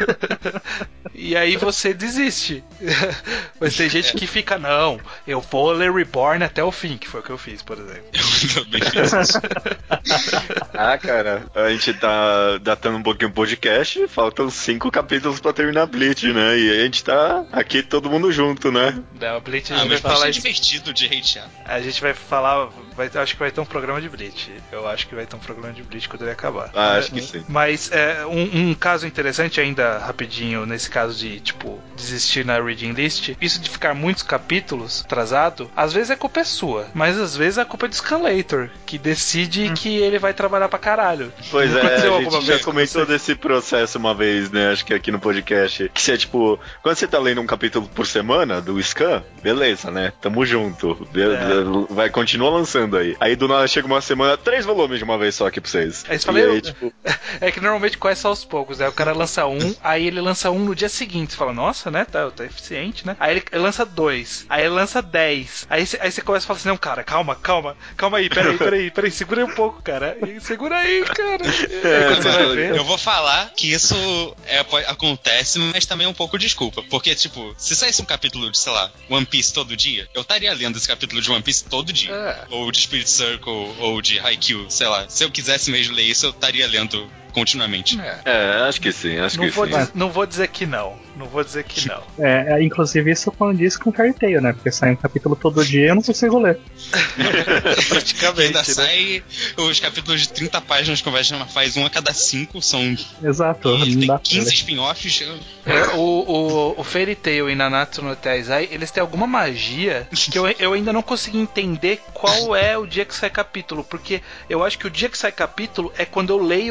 E aí você desiste. Mas tem gente que fica, não, eu vou ler Reborn até o fim, que foi o que eu fiz, por exemplo. Eu também fiz isso. Ah, cara, a gente tá datando um pouquinho o podcast, faltam cinco capítulos pra terminar Bleach, né? E a gente tá aqui todo mundo junto, né? Não, Bleach, a Ah, gente mas vai falar é isso. divertido de hatear. A gente vai falar, vai, acho que vai ter um programa de Bleach. Eu acho que vai ter um programa de Bleach quando ele acabar. Ah, É, acho que sim. Mas é, um, um caso interessante ainda, rapidinho, nesse caso de, tipo, desistir na reading list, isso de ficar muitos capítulos atrasado, às vezes a culpa é sua, mas às vezes a culpa é do Scanlator, que decide que ele vai trabalhar pra caralho. Pois Não é, aconteceu a alguma gente já vez com comentou você? desse processo uma vez, né? Acho que aqui no podcast. Que você é tipo, quando você tá lendo um capítulo por semana do Scan, beleza, né? Tamo junto. Be- É. Vai, continua lançando aí. Aí do nada chega uma semana, três volumes de uma vez só aqui pra vocês. Aí você E fala, aí, eu- tipo, É que normalmente começa aos poucos, né? O cara lança um, aí ele lança um no dia seguinte. Você fala, nossa, né? Tá, tá eficiente, né? Aí ele lança dois, aí ele lança dez. Aí você, aí você começa a falar assim, não, cara, calma, calma, calma aí, peraí, peraí, peraí, segura aí um pouco, cara. E segura aí, cara. Aí quando você vai ver. Eu vou falar que isso é, pode- acontece, mas também é um pouco desculpa. Porque, tipo, se saísse um capítulo de, sei lá, One Piece todo dia, eu estaria lendo esse capítulo de One Piece todo dia. É. Ou de Spirit Circle, ou de Haikyuu, sei lá. Se eu quisesse mesmo ler isso, eu estaria lendo continuamente. É. é, acho que sim, acho Não que vou, sim. diz- não vou dizer que não. Não vou dizer que não. É, é, inclusive isso quando diz com Fairy Tail, né? Porque sai um capítulo todo dia e eu não consigo ler. E Praticamente. ainda né? sai os capítulos de trinta páginas que o Vegeta faz um a cada cinco, são. Exato, E ele não tem dá pra quinze ler. spin-offs. eu- É, o, o, o Fairy Tail e Nanatsu no Taizai, eles têm alguma magia que eu, eu ainda não consegui entender qual é o dia que sai capítulo, porque eu acho que o dia que sai capítulo é quando eu leio o capítulo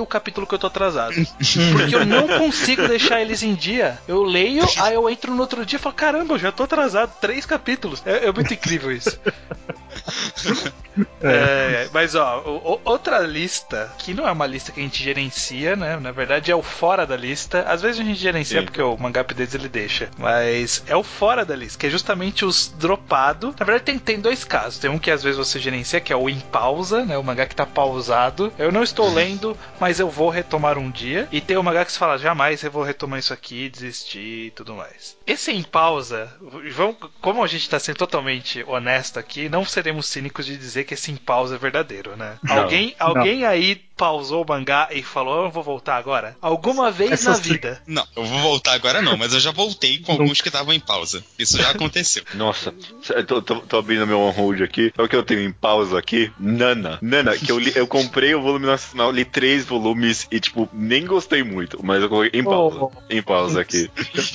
que eu tô atrasado. Porque eu não consigo deixar eles em dia. Eu leio, aí eu entro no outro dia e falo, caramba, eu já tô atrasado, três capítulos. É, é muito incrível isso. É, mas ó, o, outra lista, que não é uma lista que a gente gerencia, né? Na verdade é o fora da lista. Às vezes a gente gerencia, sim, porque o Mangá Updates ele deixa. Mas é o fora da lista, que é justamente os dropados. Na verdade tem, tem dois casos. Tem um que às vezes você gerencia, que é o em pausa, né? O mangá que tá pausado. Eu não estou lendo, mas eu vou retomar um dia. E tem o mangá que se fala, jamais eu vou retomar isso aqui, desistir e tudo mais. Esse em pausa, vamos, como a gente tá sendo totalmente honesto aqui, não seremos cínicos de dizer que esse em pausa é verdadeiro, né? Não, alguém alguém não. Aí pausou o mangá e falou, eu vou voltar agora? Alguma vez Essas na vida? Não, eu vou voltar agora não, mas eu já voltei com alguns que estavam em pausa. Isso já aconteceu. Nossa, eu tô, tô, tô abrindo meu on-hold aqui. Sabe o que eu tenho em pausa aqui? Nana. Nana, que eu, li, eu comprei o volume nacional, li três volumes e, tipo, nem gostei muito, mas eu coloquei em pausa. Oh. Em pausa aqui.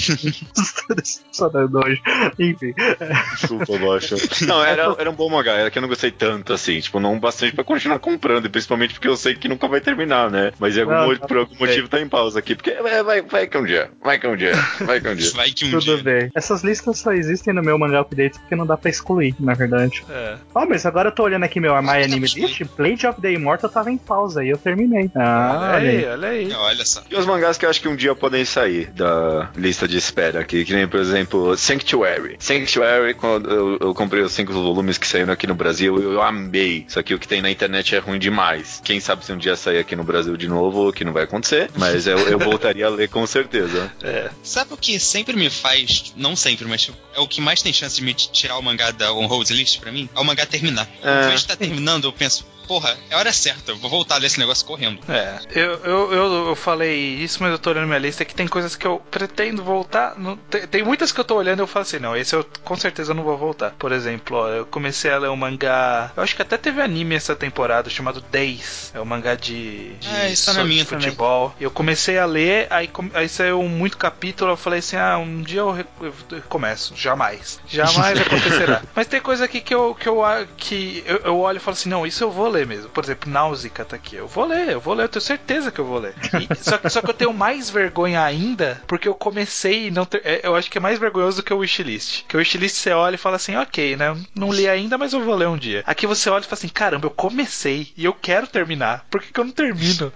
Só dando hoje. Enfim. Desculpa, Bocha. Não, era, era um bom mangá, era que eu não gostei tanto, assim, tipo, não bastante pra continuar comprando, e principalmente porque eu sei que nunca vai terminar, né? Mas algum, não, por algum motivo tá em pausa aqui, porque vai, vai, vai que um dia, vai que um dia, vai que um dia. Vai que um Tudo dia. bem. Essas listas só existem no meu Mangá Updates porque não dá pra excluir, na verdade. É. Ó, oh, mas agora eu tô olhando aqui meu My Anime List, Blade of the Immortal tava em pausa e eu terminei. Ah, olha aí, olha aí. Olha só. E os mangás que eu acho que um dia podem sair da lista de espera aqui, que nem, por exemplo, Sanctuary. Sanctuary, quando eu, eu comprei os cinco volumes que saíram aqui no Brasil, eu, eu amei. Só que o que tem na internet é ruim demais. Quem sabe se um dia sair aqui no Brasil de novo, que não vai acontecer, mas eu, eu voltaria a ler com certeza. É. Sabe o que sempre me faz, não sempre, mas é o que mais tem chance de me tirar o mangá da on-hold list pra mim? É o mangá terminar. É. Quando tá terminando, eu penso, porra, é a hora certa, eu vou voltar a ler esse negócio correndo. É, eu, eu, eu, eu falei isso, mas eu tô olhando minha lista, que tem coisas que eu pretendo voltar. Não, tem, tem muitas que eu tô olhando e eu falo assim, não, esse eu com certeza não vou voltar. Por exemplo, ó, eu comecei a ler um mangá, eu acho que até teve anime essa temporada, chamado Days. É um mangá de, de é, isso tá na minha futebol. Também. Eu comecei a ler, aí, aí saiu muito capítulo, eu falei assim, ah, um dia eu, eu, eu começo. Jamais. Jamais acontecerá. Mas tem coisa aqui que eu, que, eu, que eu, eu olho e falo assim, não, isso eu vou ler mesmo. Por exemplo, Náusica tá aqui. Eu vou ler, eu vou ler, eu tenho certeza que eu vou ler. E, só, só que eu tenho mais vergonha ainda, porque eu comecei e não ter, eu acho que é mais vergonhoso do que o wishlist. Que o wishlist você olha e fala assim, ok, né? Não li ainda, mas eu vou ler um dia. Aqui você olha e fala assim, caramba, eu comecei e eu quero terminar. Por que, que eu não termino?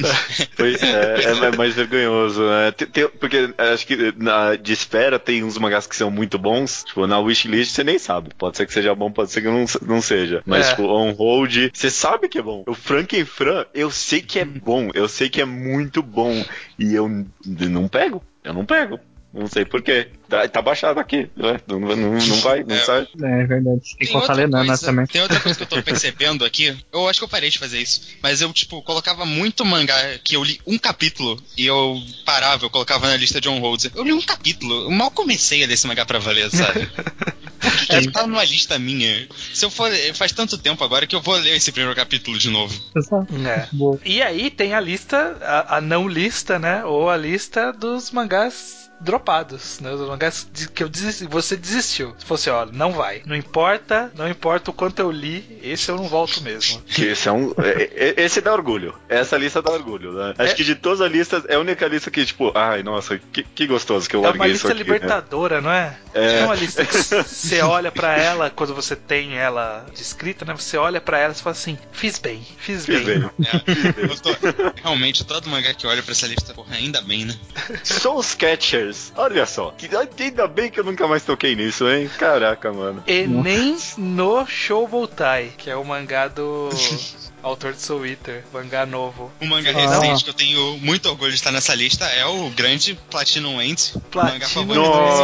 Pois é, é mais vergonhoso, né? Tem, tem, porque acho que na de espera tem uns mangás que são muito bons. Tipo, na wishlist você nem sabe. Pode ser que seja bom, pode ser que não, não seja. Mas, é. tipo, on hold, você sabe que é bom. O Frankenfran, eu sei que é bom. Eu sei que é muito bom. E eu não pego. Eu não pego. Não sei porquê. Tá, tá baixado aqui, né? Não, não, não vai, não é, sai. É verdade. Tem que colocar Lenanas também. Tem outra coisa que eu tô percebendo aqui. Eu acho que eu parei de fazer isso. Mas eu, tipo, colocava muito mangá que eu li um capítulo e eu parava, eu colocava na lista de on-holds. Eu li um capítulo. Eu mal comecei a ler esse mangá pra valer, sabe? Por que, que ele tá numa lista minha? Se eu for. Faz tanto tempo agora que eu vou ler esse primeiro capítulo de novo. É. E aí tem a lista, a, a não lista, né? Ou a lista dos mangás dropados, né? Os mangás que eu desisti, você desistiu. Se fosse, olha, não vai. Não importa, não importa o quanto eu li, esse eu não volto mesmo. Que esse é um. Esse dá orgulho. Essa lista dá orgulho, né? Acho é, que de todas as listas, é a única lista que, tipo, ai, nossa, que, que gostoso que eu larguei isso aqui. É uma lista libertadora, né? Não é? É. É uma lista que você olha pra ela, quando você tem ela descrita, né? Você olha pra ela e fala assim, fiz bem, fiz, fiz bem. bem. É, eu tô, realmente, todo mangá que olha pra essa lista, porra, ainda bem, né? Soul Catchers. Olha só, ainda bem que eu nunca mais toquei nisso, hein? Caraca, mano. E nem no Shoubotai, que é o mangá do autor de Soul Eater, mangá novo. Um mangá ah. recente que eu tenho muito orgulho de estar nessa lista é o grande Platinum End, mangá favorito.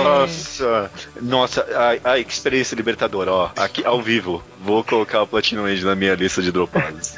Nossa, nossa, a, a experiência libertadora, ó, aqui ao vivo. Vou colocar o Platinum End na minha lista de dropados.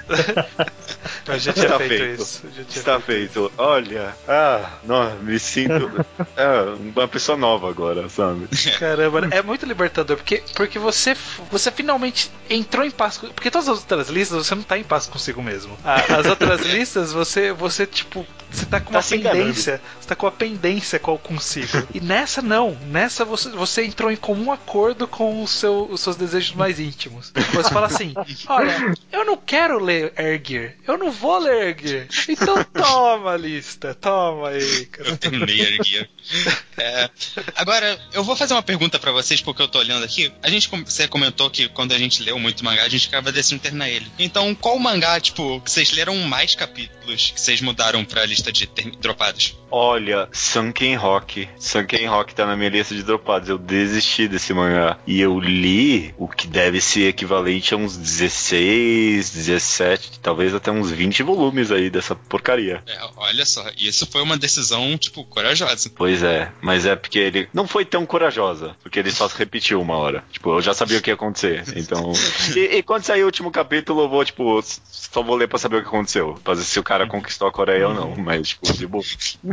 Eu já tinha Está feito, feito isso. Já tinha Está feito. feito. Olha, ah, não, me sinto ah, uma pessoa nova agora, sabe? Caramba, é muito libertador, porque, porque você, você finalmente entrou em paz. Porque todas as outras listas você não tá em paz consigo mesmo. As outras listas você, você tipo, você tá com uma tá pendência. Você tá com uma pendência consigo. E nessa não. Nessa você, você entrou em comum acordo com o seu, os seus desejos mais íntimos. Você fala assim: olha, eu não quero ler Air Gear. Eu não vou ler Gear. Então toma a lista, toma aí, cara. Eu terminei a Gear. É, agora, eu vou fazer uma pergunta pra vocês, porque eu tô olhando aqui. A gente, você comentou que quando a gente leu muito mangá, a gente acaba decidindo terminar ele. Então, qual mangá, tipo, que vocês leram mais capítulos que vocês mudaram pra lista de ter- dropados? Olha, Sunken Rock. Sunken Rock tá na minha lista de dropados. Eu desisti desse mangá. E eu li o que deve ser equivalente a uns dezesseis, dezessete, talvez até uns vinte volumes aí dessa porcaria. É, olha só, isso foi uma decisão, tipo, corajosa. Pois é, mas é porque ele não foi tão corajosa, porque ele só se repetiu uma hora. Tipo, eu já sabia o que ia acontecer. Então. E, e quando sair o último capítulo, eu vou, tipo, só vou ler pra saber o que aconteceu. Pra ver se o cara conquistou a Coreia ou não. Mas, tipo, de boa.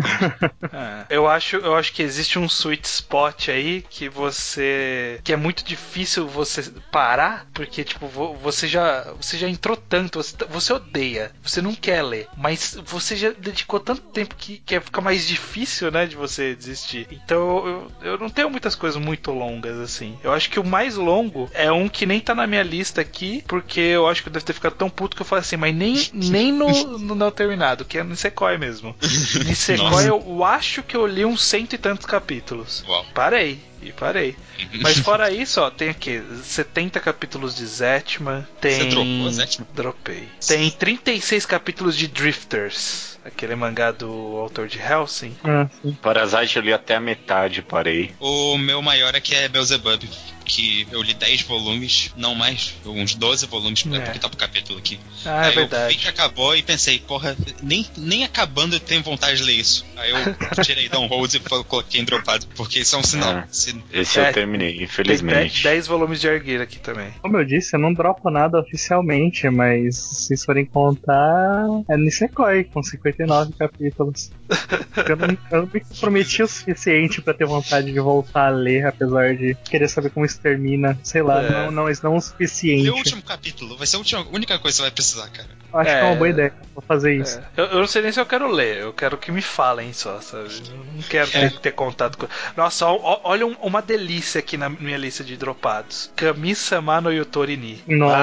É, eu acho, eu acho que existe um sweet spot aí que você. que é muito difícil você parar, porque, tipo, você já. Você já entrou tanto, você, você odeia, você não quer ler, mas você já dedicou tanto tempo que, que fica mais difícil, né, de você desistir. Então eu, eu não tenho muitas coisas muito longas assim. Eu acho que o mais longo é um que nem tá na minha lista aqui, porque eu acho que eu devo ter ficado tão puto que eu falei assim, mas nem, nem no, no não terminado, que é no Nisekoi mesmo. Nisekoi eu acho que eu li uns cento e tantos capítulos. Uau. Parei. E parei. Mas fora isso, ó, tem aqui setenta capítulos de Zetman. Tem... Você dropou Zetman? Dropei. Tem trinta e seis capítulos de Drifters, aquele mangá do autor de Hellsing. Ah, sim. Parasite eu li até a metade, parei. O meu maior aqui é Beelzebub, que eu li dez volumes, não mais, uns doze volumes, É. porque tá pro capítulo aqui. Ah, é Aí verdade. eu vi que acabou e pensei, porra, nem, nem acabando eu tenho vontade de ler isso. Aí eu tirei down hold e coloquei em dropado, porque isso é um sinal. Ah. Se- Esse É, eu terminei, Tem infelizmente. dez volumes de Argyr aqui também. Como eu disse, eu não dropo nada oficialmente, mas se vocês forem contar, é Nisekoi, com cinquenta e nove capítulos. Eu não, eu não me comprometi o suficiente pra ter vontade de voltar a ler, apesar de querer saber como isso termina. Sei lá, É. não, não, mas não o suficiente. Lê o último capítulo, vai ser a última- única coisa que você vai precisar, cara. Eu acho É. que é uma boa ideia, vou fazer isso. É. Eu, eu não sei nem se eu quero ler, eu quero que me falem só, sabe? Eu não quero ter, ter contato com. Nossa, ó, ó, olha um- uma delícia aqui na minha lista de dropados: Kami-sama no Yutori ni.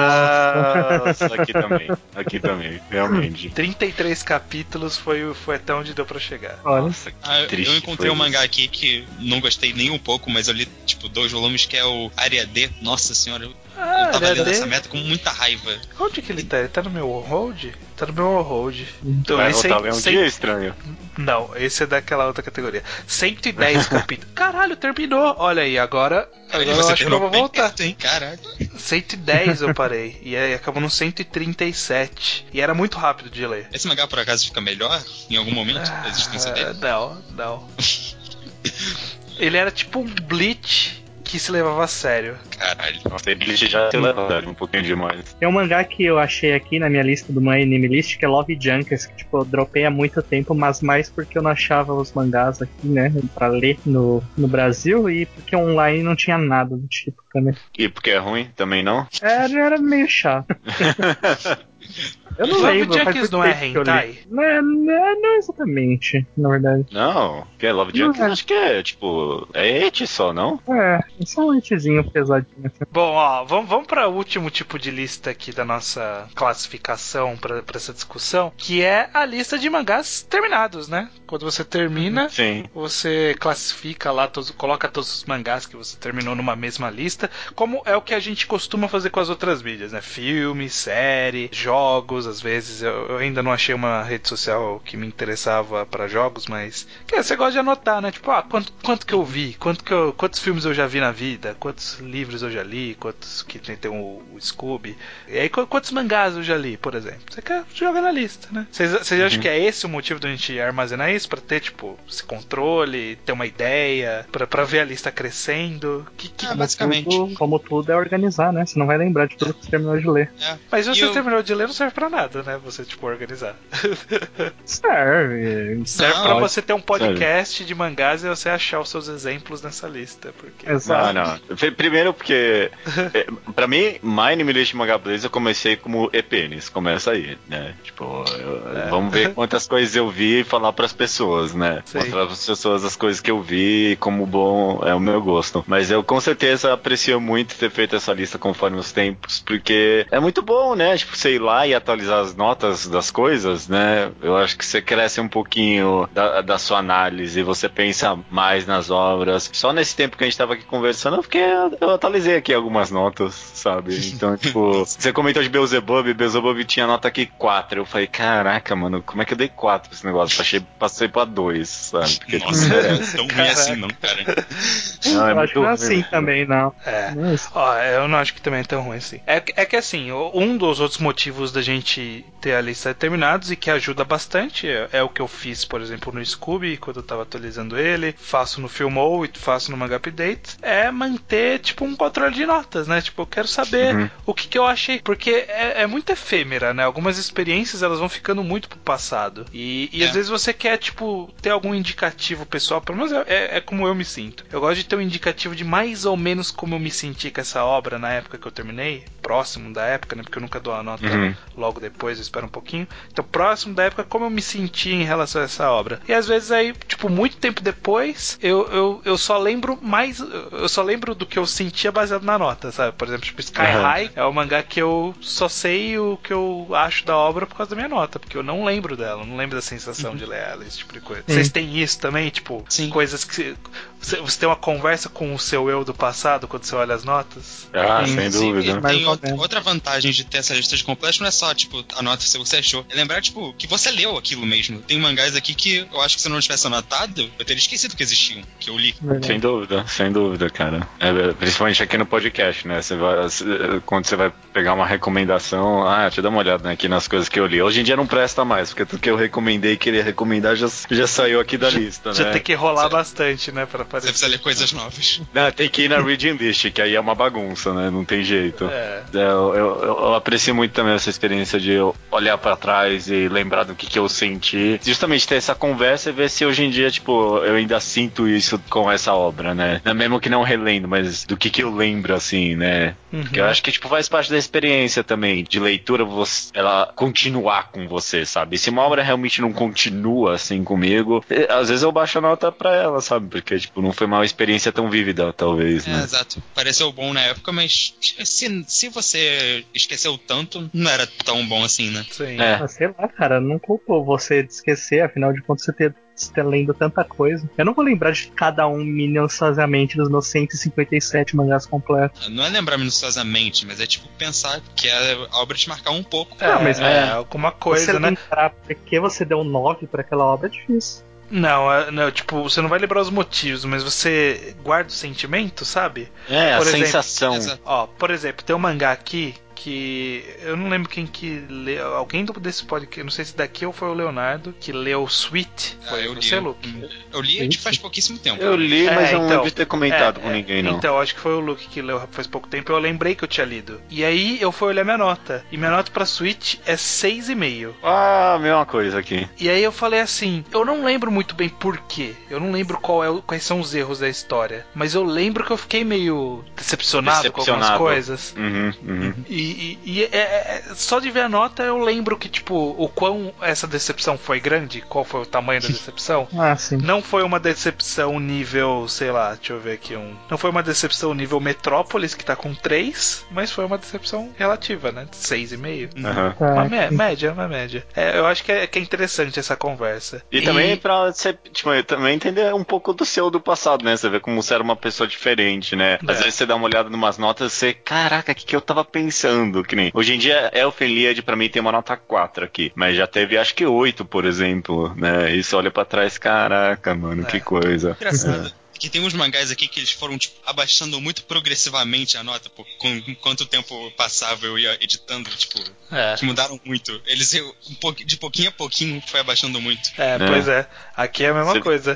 Nossa. Nossa, aqui também. Aqui também, realmente. trinta e três capítulos foi, o- foi até onde deu pra chegar. Olha, Nossa, que Ah, eu- triste. eu encontrei foi um mangá isso. aqui que não gostei nem um pouco, mas eu li, tipo, dois volumes, que é o Área D. Nossa senhora, eu, Ah, eu tava Área lendo D? essa meta com muita raiva. Onde que ele tá? Ele tá no meu hold? Tá no meu hold. Então, Vai esse voltar a aí- ler um cem- dia estranho. Não, esse é daquela outra categoria. cento e dez capítulos. Caralho, terminou. Olha aí, agora, agora eu acho que eu terminou vou bem voltar. perto, hein? Caralho. cento e dez eu parei. E aí acabou no cento e trinta e sete. E era muito rápido de ler. Esse mangá, por acaso, fica melhor em algum momento da existência Ah, dele? não, não. Ele era tipo um Bleach que se levava a sério. Caralho. Nossa, ele já se leva um pouquinho demais. tem um mangá que eu achei aqui na minha lista do My Anime List, que é Love Junkers, que tipo, eu dropei há muito tempo, mas mais porque eu não achava os mangás aqui, né, pra ler no, no Brasil, e porque online não tinha nada do tipo também. E porque é ruim, também não? Era, era meio chato. Eu não Love lembro. faz Junkers muito não é tempo que eu li. hentai? Não, é- não, é- não exatamente, na verdade. Não, que é Love Não Junkies, é. acho que é, tipo, é ete só, não? É, é só um itezinho pesadinho. Assim. Bom, ó, vamos, vamos para o último tipo de lista aqui da nossa classificação para essa discussão, que é a lista de mangás terminados, né? Quando você termina, Sim. você classifica lá, todos, coloca todos os mangás que você terminou numa mesma lista, como é o que a gente costuma fazer com as outras mídias, né? Filme, série, jogos, às vezes. Eu, eu ainda não achei uma rede social que me interessava para jogos, mas que você gosta de anotar, né? Tipo, ah, quanto, quanto que eu vi, quanto que eu, quantos filmes eu já vi na vida, quantos livros eu já li, quantos que tem, tem o, o Scooby, e aí qu- quantos mangás eu já li, por exemplo. Você quer jogar na lista, né? Vocês, vocês acham que é esse o motivo da gente armazenar isso? Pra ter, tipo, esse controle, ter uma ideia, pra, pra ver a lista crescendo? Que, que... Ah, basicamente. Tudo, como tudo é organizar, né? Você não vai lembrar de tudo que você terminou de ler. É. Mas se E você eu- terminou de ler, não serve pra nada, né? Você, tipo, organizar. Serve. Serve Não, pra pode. você ter um podcast de mangás e você achar os seus exemplos nessa lista. Porque... Exato. Não, não. F- Primeiro porque, é, pra mim, My Anime List Manga Blaze eu comecei como E P Ns, começa aí, né? Tipo, eu- É. vamos ver quantas coisas eu vi e falar pras pessoas, né? Sim. Mostrar pras pessoas as coisas que eu vi e como bom é o meu gosto. Mas eu com certeza aprecio muito ter feito essa lista conforme os tempos, porque é muito bom, né? Tipo, sei lá, e atualizar analisar as notas das coisas, né? Eu acho que você cresce um pouquinho da, da sua análise, você pensa mais nas obras. Só nesse tempo que a gente tava aqui conversando, eu fiquei, eu atualizei aqui algumas notas, sabe? Então, tipo, você comentou de Beelzebub, Beelzebub tinha nota aqui quatro. Eu falei, caraca, mano, como é que eu dei quatro pra esse negócio? Passei, passei pra dois, sabe? Porque, nossa, tipo, é tão ruim assim não, cara. Não, é eu acho que não é assim ruim, também, não. É. Não é assim. Ó, eu não acho que também é tão ruim assim. É, é que assim, um dos outros motivos da gente ter a lista determinados e que ajuda bastante é, é o que eu fiz, por exemplo, no Scooby, quando eu tava atualizando ele, faço no Filmou e faço no Manga Update, é manter, tipo, um controle de notas, né? Tipo, eu quero saber uhum. o que, que eu achei, porque é, é muito efêmera, né? Algumas experiências, elas vão ficando muito pro passado. E, e é. às vezes você quer, tipo, ter algum indicativo pessoal, pelo menos é, é como eu me sinto. Eu gosto de ter um indicativo de mais ou menos como eu me senti com essa obra na época que eu terminei, próximo da época, né? Porque eu nunca dou a nota uhum. logo depois, eu espero um pouquinho. Então, próximo da época, como eu me senti em relação a essa obra. E às vezes aí, tipo, muito tempo depois, eu, eu, eu só lembro mais. Eu só lembro do que eu sentia baseado na nota, sabe? Por exemplo, tipo, Sky uhum. High é o mangá que eu só sei o que eu acho da obra por causa da minha nota, porque eu não lembro dela, não lembro da sensação uhum. de ler ela, esse tipo de coisa. Sim. Vocês têm isso também? Tipo, Sim. coisas que. Você tem uma conversa com o seu eu do passado quando você olha as notas? Ah, Sim. sem dúvida. Tem outra, outra vantagem de ter essa lista de completos, não é só, tipo, a nota que você achou. É lembrar, tipo, que você leu aquilo mesmo. Tem mangás aqui que eu acho que se eu não tivesse anotado, eu teria esquecido que existiam, que eu li. Verdade. Sem dúvida, sem dúvida, cara. É, principalmente aqui no podcast, né? Você vai, quando você vai pegar uma recomendação, ah, deixa eu dar uma olhada, né, aqui nas coisas que eu li. Hoje em dia não presta mais, porque tudo que eu recomendei e queria recomendar já, já saiu aqui da já, lista, já né? tem que rolar você, bastante, né, pra aparecer. Você precisa ler coisas novas. Não, tem que ir na reading list, que aí é uma bagunça, né? Não tem jeito. É. Eu, eu, eu aprecio muito também essa experiência de olhar pra trás e lembrar do que, que eu senti. Justamente ter essa conversa e ver se hoje em dia, tipo, eu ainda sinto isso com essa obra, né? Não, mesmo que não relendo, mas do que, que eu lembro, assim, né? Uhum. Porque eu acho que, tipo, faz parte da experiência também, de leitura, você, ela continuar com você, sabe? Se uma obra realmente não continua, assim, comigo, às vezes eu baixo a nota pra ela, sabe? Porque, tipo, não foi uma experiência tão vívida, talvez, né? É, exato. Pareceu bom na época, mas se, se você esqueceu tanto, não era tão bom assim, né? Sim. É. Mas sei lá, cara, não culpou você de esquecer, afinal de contas você ter, ter lendo tanta coisa. Eu não vou lembrar de cada um minuciosamente dos meus cento e cinquenta e sete mangás completos. Não é lembrar minuciosamente, mas é tipo pensar que a obra te marcar um pouco. É, não, mas é, é alguma coisa, você né? lembrar porque você deu nove pra aquela obra é difícil. Não, não, tipo, você não vai lembrar os motivos, mas você guarda o sentimento, sabe? É, por a exemplo, sensação. Ó, por exemplo, tem um mangá aqui que eu não lembro quem que leu, alguém desse podcast, não sei se daqui ou foi o Leonardo, que leu Sweet. Foi ah, eu você, li, Luke? Eu li de faz pouquíssimo tempo. Eu li, mas é, eu não então, lembro de ter comentado é, com ninguém, não. Então, acho que foi o Luke que leu faz pouco tempo, eu lembrei que eu tinha lido. E aí eu fui olhar minha nota, e minha nota pra Sweet é seis e meio. Ah, mesma coisa aqui. E aí eu falei assim, eu não lembro muito bem por quê, eu não lembro qual é, quais são os erros da história, mas eu lembro que eu fiquei meio decepcionado, decepcionado. com algumas coisas. Uhum, uhum. E, e, e é, é, só de ver a nota eu lembro que, tipo, o quão essa decepção foi grande, qual foi o tamanho da decepção. Ah, sim. Não foi uma decepção nível, sei lá, deixa eu ver aqui um. Não foi uma decepção nível Metrópolis, que tá com três, mas foi uma decepção relativa, né? seis e meio. Uhum. Uma me- média, uma média. É, eu acho que é, que é interessante essa conversa. E, e... também pra você, tipo, também entender um pouco do seu do passado, né? Você vê como você era uma pessoa diferente, né? Às é. vezes você dá uma olhada em umas notas e você, caraca, o que, que eu tava pensando? Que nem. Hoje em dia, Elfen Lied pra mim tem uma nota quatro aqui, mas já teve acho que oito, por exemplo, né? E você olha pra trás, caraca, mano, é. que coisa. Engraçado. É. Que tem uns mangás aqui que eles foram, tipo, abaixando muito progressivamente a nota, por com, quanto tempo passava eu ia editando, tipo, é. que mudaram muito. Eles, eu, um po, de pouquinho a pouquinho, foi abaixando muito. É, é. pois é. Aqui é a mesma Cê... coisa.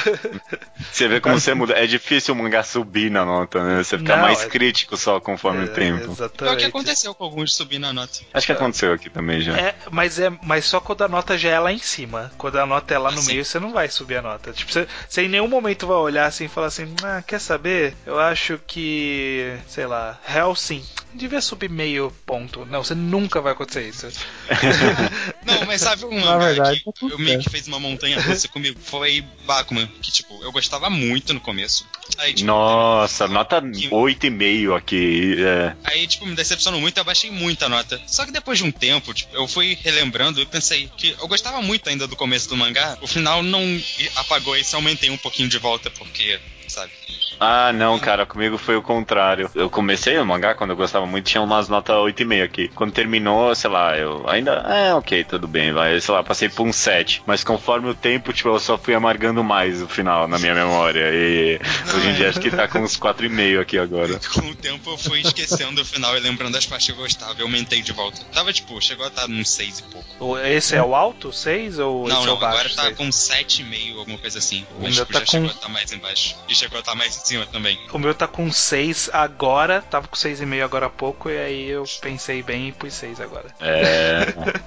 Você vê como você muda. É difícil o mangá subir na nota, né? Você fica Não, mais é... crítico só conforme é, o tempo. Exatamente. É o que aconteceu com alguns de subir na nota. Acho que aconteceu aqui também já. É, mas, é, mas só quando a nota já é lá em cima. Quando a nota é lá ah, no sim. meio, você não vai subir a nota. Tipo, você, você em nenhum momento vai olhar assim e falar assim, ah, quer saber? Eu acho que, sei lá, Hellsing devia subir meio ponto. Não, você nunca vai acontecer isso. Não, mas sabe um Na verdade, que eu meio que fez uma montanha russa comigo? Foi Bakuman, que tipo, eu gostava muito no começo. Aí, tipo, Nossa, nota que... oito e meio aqui. É. Aí, tipo, me decepcionou muito, eu abaixei muito a nota. Só que depois de um tempo, tipo, eu fui relembrando e pensei que eu gostava muito ainda do começo do mangá. O final não apagou isso, aumentei um pouquinho de volta, porque, sabe? Ah, não, cara, comigo foi o contrário. Eu comecei o mangá quando eu gostava muito, tinha umas notas oito e meio aqui. Quando terminou, sei lá, eu ainda, é, ok, tudo bem, vai, sei lá, passei por um sete. Mas conforme o tempo, tipo, eu só fui amargando mais o final na minha memória. E não, hoje em dia acho que tá com uns quatro e meio aqui agora. Com o tempo eu fui esquecendo o final e lembrando das partes que eu gostava, eu aumentei de volta. Tava, tipo, chegou a estar num seis e pouco. Esse é o alto, seis ou não, esse não, é o baixo? Agora tá seis? com sete e meio, alguma coisa assim. O Mas meu tipo, tá já com... chegou a estar mais embaixo. E chegou a estar mais em cima também. O meu tá com seis agora, tava com seis e meio agora há pouco, e aí eu pensei bem e pus seis agora. É.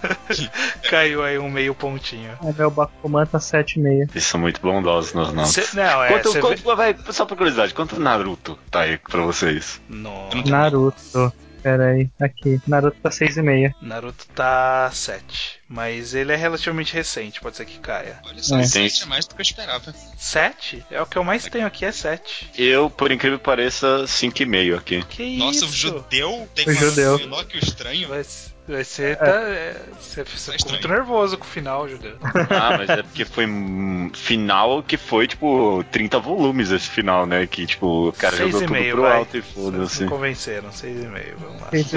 Caiu aí um meio pontinho. O meu Bakuman tá sete e meio. Eles são muito bondosos nos nomes. Cê, não, é. Quanto, quanto, vê... vai, só por curiosidade, quanto Naruto tá aí pra vocês? Nossa. Naruto. Pera aí, aqui. Naruto tá seis e meio. Naruto tá sete. Mas ele é relativamente recente, pode ser que caia. Olha só, É. sete é mais do que eu esperava. sete? É o que eu mais tenho aqui, é sete. Eu, por incrível que pareça, cinco e meio aqui. Que Nossa, isso? o judeu tem O uma judeu. menor que o estranho. Vai, vai ser. Tá, é, você você ficou muito nervoso com o final, judeu. Ah, mas é porque foi um final que foi, tipo, trinta volumes esse final, né? Que, tipo, o cara seis jogou e tudo meio, pro vai. alto e Vocês foda-se. me convenceram, seis e meio, vamos lá. seis e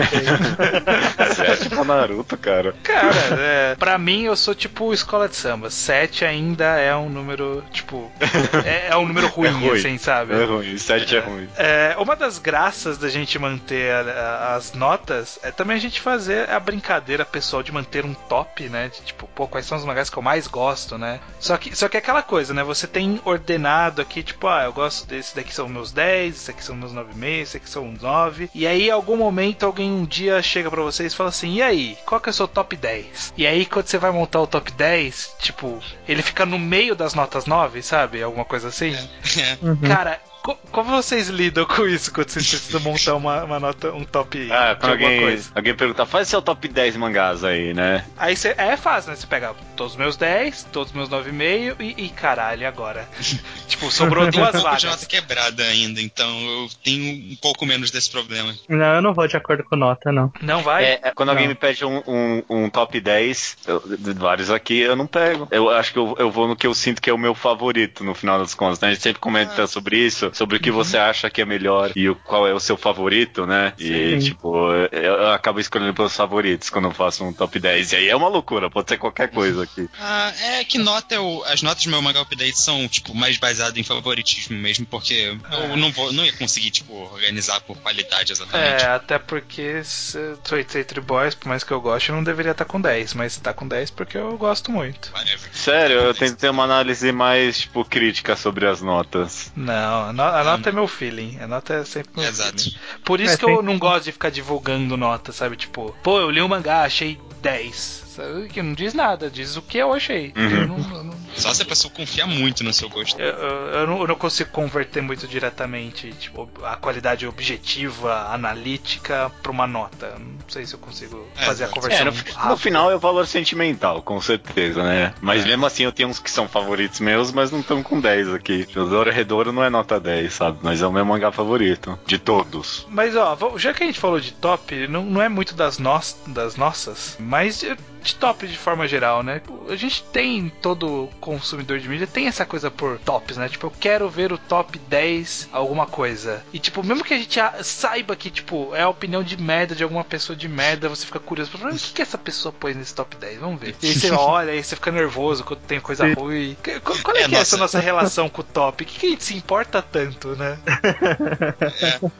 meio. Sete pra Naruto, cara. Cara, é, pra mim eu sou tipo escola de samba. sete ainda é um número, tipo. É, é um número ruim, É ruim. assim, sabe? É ruim, sete é, é ruim. É, uma das graças da gente manter a, a, as notas é também a gente fazer a brincadeira pessoal de manter um top, né? De, tipo, pô, quais são os mangás que eu mais gosto, né? Só que, só que é aquela coisa, né? Você tem ordenado aqui, tipo, ah, eu gosto desse daqui são meus dez, esse aqui são meus nove e meio, esse aqui são nove. E aí, em algum momento, alguém um dia chega pra vocês e fala assim: e aí, qual que é o seu top dez? E aí, quando você vai montar o top dez, tipo, ele fica no meio das notas nove, sabe? Alguma coisa assim. É. Uhum. Cara, co- como vocês lidam com isso quando vocês precisam montar uma, uma nota, um top Ah, de quando alguma alguém, coisa? alguém perguntar, faz seu top dez mangás aí, né? Aí cê, é fácil, né? Você pega todos os meus dez, todos os meus nove e meio e, e caralho, e agora? Tipo, sobrou Tem um duas pouco vagas. de nota quebrada ainda, então eu tenho um pouco menos desse problema. Não, eu não vou de acordo com nota, não. Não vai? É, é, quando alguém Não. me pede um, um, um top dez, eu, de vários aqui, eu não pego. Eu acho que eu, eu vou no que eu sinto que é o meu favorito, no final das contas, né? A gente sempre comenta Ah. sobre isso, sobre o que você acha que é melhor e o, qual é o seu favorito, né? E, Sim. tipo, eu, eu acabo escolhendo pelos favoritos quando eu faço um top dez. E aí é uma loucura, pode ser qualquer coisa aqui. Ah, é que nota eu, as notas do meu manga update são, tipo, mais baseadas em favoritismo mesmo, porque eu não, vou, não ia conseguir, tipo, organizar por qualidade exatamente. É, até porque Trade Trade Boys, por mais que eu goste, não deveria estar com dez, mas tá com dez porque eu gosto muito. Whatever. Sério, eu tento ter uma análise mais, tipo, crítica sobre as notas. Não, a, no- a nota é meu feeling. A nota é sempre meu Exato. feeling. Por isso É, que eu tem- não gosto de ficar divulgando nota, sabe? Tipo, pô, eu li o mangá, achei dez. Sabe? Que não diz nada, diz o que eu achei. Uhum. Eu, não, eu, não, Só se a pessoa confiar muito no seu gosto. eu, eu- eu não, eu não consigo converter muito diretamente, tipo, a qualidade objetiva, analítica, pra uma nota. Não sei se eu consigo É, fazer a exato. conversão É, no, rápida. no final é o valor sentimental, com certeza, né? Mas É. mesmo assim eu tenho uns que são favoritos meus, mas não estão com dez aqui. O Dorohedoro não é nota dez, sabe? Mas é o meu mangá favorito, de todos. Mas ó, vou- já que a gente falou de top, não, não é muito das, nos, das nossas, mas de top de forma geral, né? A gente tem, todo consumidor de mídia tem essa coisa por tops, né? Tipo, eu quero ver o top dez alguma coisa. E tipo, mesmo que a gente a- saiba que, tipo, é a opinião de merda de alguma pessoa de merda, você fica curioso, pra ver o que, que essa pessoa pôs nesse top dez, vamos ver. E aí você olha, aí você fica nervoso quando tem coisa ruim. Que- Qual, qual é, É, que é nossa. essa nossa relação com o top? O que, que a gente se importa tanto, né?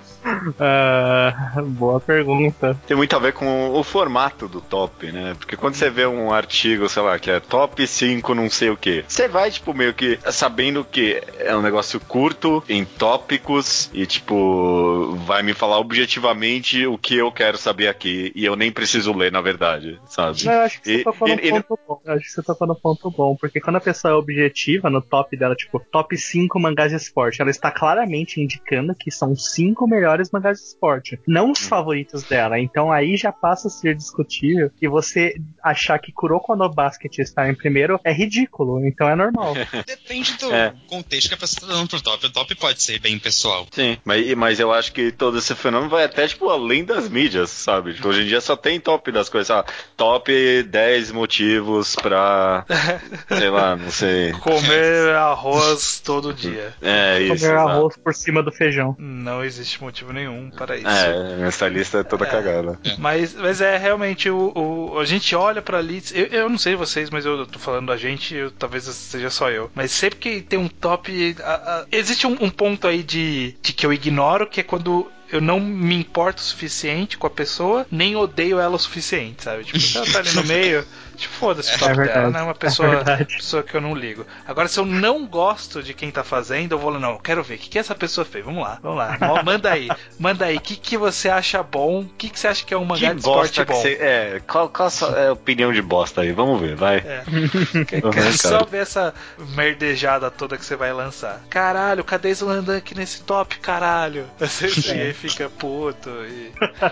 Ah, boa pergunta. Tem muito a ver com o formato do top, né? Porque quando quando você vê um artigo, sei lá, que é top cinco não sei o que, você vai, tipo, meio que sabendo que é um negócio curto, em tópicos, e, tipo, vai me falar objetivamente o que eu quero saber aqui, e eu nem preciso ler, na verdade, sabe? Não, eu acho que você e, tocou no e, ponto e, bom. Eu acho que você tocou no ponto bom, porque quando a pessoa é objetiva no top dela, tipo, top cinco mangás de esporte, ela está claramente indicando que são cinco melhores mangás de esporte, não os favoritos dela. Então aí já passa a ser discutível, e você achar que Kuroko no Basket está em primeiro é ridículo, então é normal. Depende do é. contexto que a pessoa tá dando pro top. O top pode ser bem pessoal. Sim, mas, mas eu acho que todo esse fenômeno vai até, tipo, além das mídias, sabe? Tipo, hoje em dia só tem top das coisas, ah, top dez motivos pra, sei lá, não sei. Comer arroz todo dia. É, isso, Comer exato. arroz por cima do feijão. Não existe motivo nenhum para isso. É, essa lista é toda é, cagada. Mas, mas é realmente o, o a gente olha pra lista. Eu, eu não sei vocês, mas eu tô falando a gente, eu, talvez seja só eu. Mas sempre que tem um top, a, a, existe um, um ponto aí de, de que eu ignoro, que é quando eu não me importo o suficiente com a pessoa, nem odeio ela o suficiente, sabe? Tipo, se ela tá ali no meio, tipo, foda-se o top é dela, né? Uma pessoa, é pessoa que eu não ligo. Agora, se eu não gosto de quem tá fazendo, eu vou lá, não, eu quero ver o que, que essa pessoa fez. Vamos lá, vamos lá. Manda aí, manda aí. O que, que você acha bom? O que, que você acha que é um mangá que de esporte bosta bom? Que você, é, qual, qual a sua é, opinião de bosta aí? Vamos ver, vai. É. Quero só ver essa merdejada toda que você vai lançar. Caralho, cadê Slandunk nesse top, caralho? E aí fica puto. E...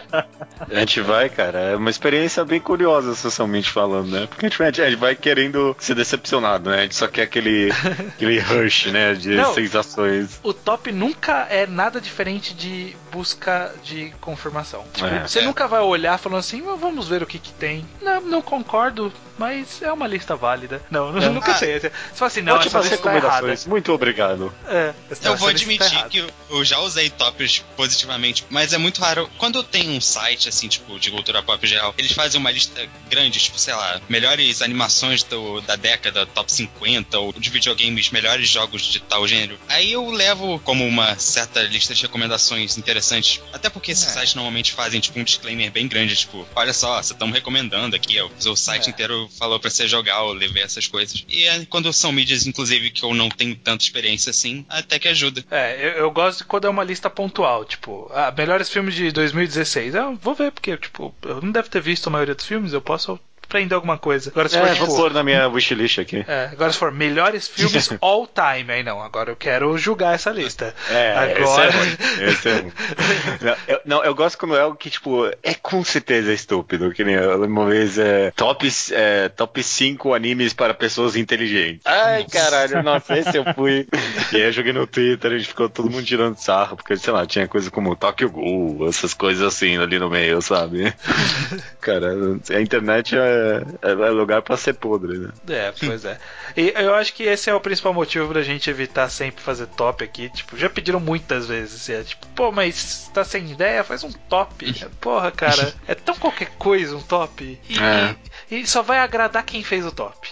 A gente vai, cara, é uma experiência bem curiosa, socialmente falando, né? Porque a gente vai, a gente vai querendo ser decepcionado, né? A gente só quer aquele, aquele rush, né? De Não, sensações. O top nunca é nada diferente de busca de confirmação. Tipo, É. você É. nunca vai olhar falando assim, vamos ver o que que tem. Não, não concordo, mas é uma lista válida. Não, É. nunca Ah, tem. Você fala assim, não, Ótimas essa lista tá errada. recomendações, muito obrigado. É, essa, Eu vou essa lista tá admitir errada. que eu- eu já usei tops positivamente, mas é muito raro. Quando tem um site, assim, tipo, de cultura pop geral, eles fazem uma lista grande, tipo, sei lá, melhores animações do, da década, top cinquenta, ou de videogames, melhores jogos de tal gênero. Aí eu levo como uma certa lista de recomendações interessantes, até porque esses É. sites normalmente fazem, tipo, um disclaimer bem grande, tipo, olha só, você estamos recomendando aqui, ó, o site É. inteiro falou pra você jogar ou ler essas coisas. E é, quando são mídias, inclusive, que eu não tenho tanta experiência assim, até que ajuda. É, eu, eu gosto de quando é uma lista pontual, tipo, ah, melhores filmes de dois mil e dezesseis. Eu vou ver, porque, tipo, eu não devo ter visto a maioria dos filmes, eu posso aprender alguma coisa. Agora se for, É, tipo, vou pôr na minha wishlist aqui. É, agora se for melhores filmes all time, aí não, agora eu quero julgar essa lista. É, agora... esse é ruim. Esse é ruim. Não, eu, não, eu gosto quando é algo que, tipo, é com certeza estúpido. Que nem eu, uma vez, é, top, é, top cinco animes para pessoas inteligentes. Ai, caralho, nossa, esse eu fui. E aí eu joguei no Twitter, a gente ficou todo mundo tirando sarro, porque, sei lá, tinha coisa como Tokyo Ghoul, essas coisas assim ali no meio, sabe? Cara, a internet é, é lugar pra ser podre, né? É, pois é. E eu acho que esse é o principal motivo pra gente evitar sempre fazer top aqui. Tipo, já pediram muitas vezes. É tipo, pô, mas tá sem ideia? Faz um top. Porra, cara, é tão qualquer coisa um top. E, É. e, e só vai agradar quem fez o top.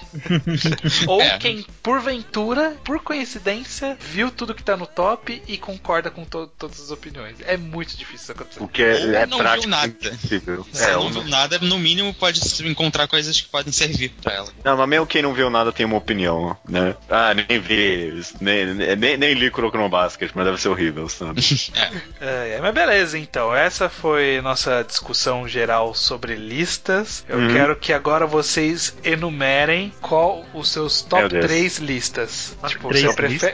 Ou É. quem, porventura, por coincidência, viu tudo que tá no top e concorda com to- todas as opiniões. É muito difícil isso acontecer. O que é, Ou é não prático viu nada. impossível. Se É, não ou viu não- nada, no mínimo pode encontrar coisas que podem servir pra ela. Não, mas mesmo quem não viu nada tem uma opinião, né? Ah, nem vi, nem, nem, nem li Kuroko no Basket, mas deve ser horrível, sabe? É, é, mas beleza, então. Essa foi nossa discussão geral sobre listas. Eu Uhum. quero que agora vocês enumerem qual os seus top Meu Deus. três listas. Top tipo, três você prefere.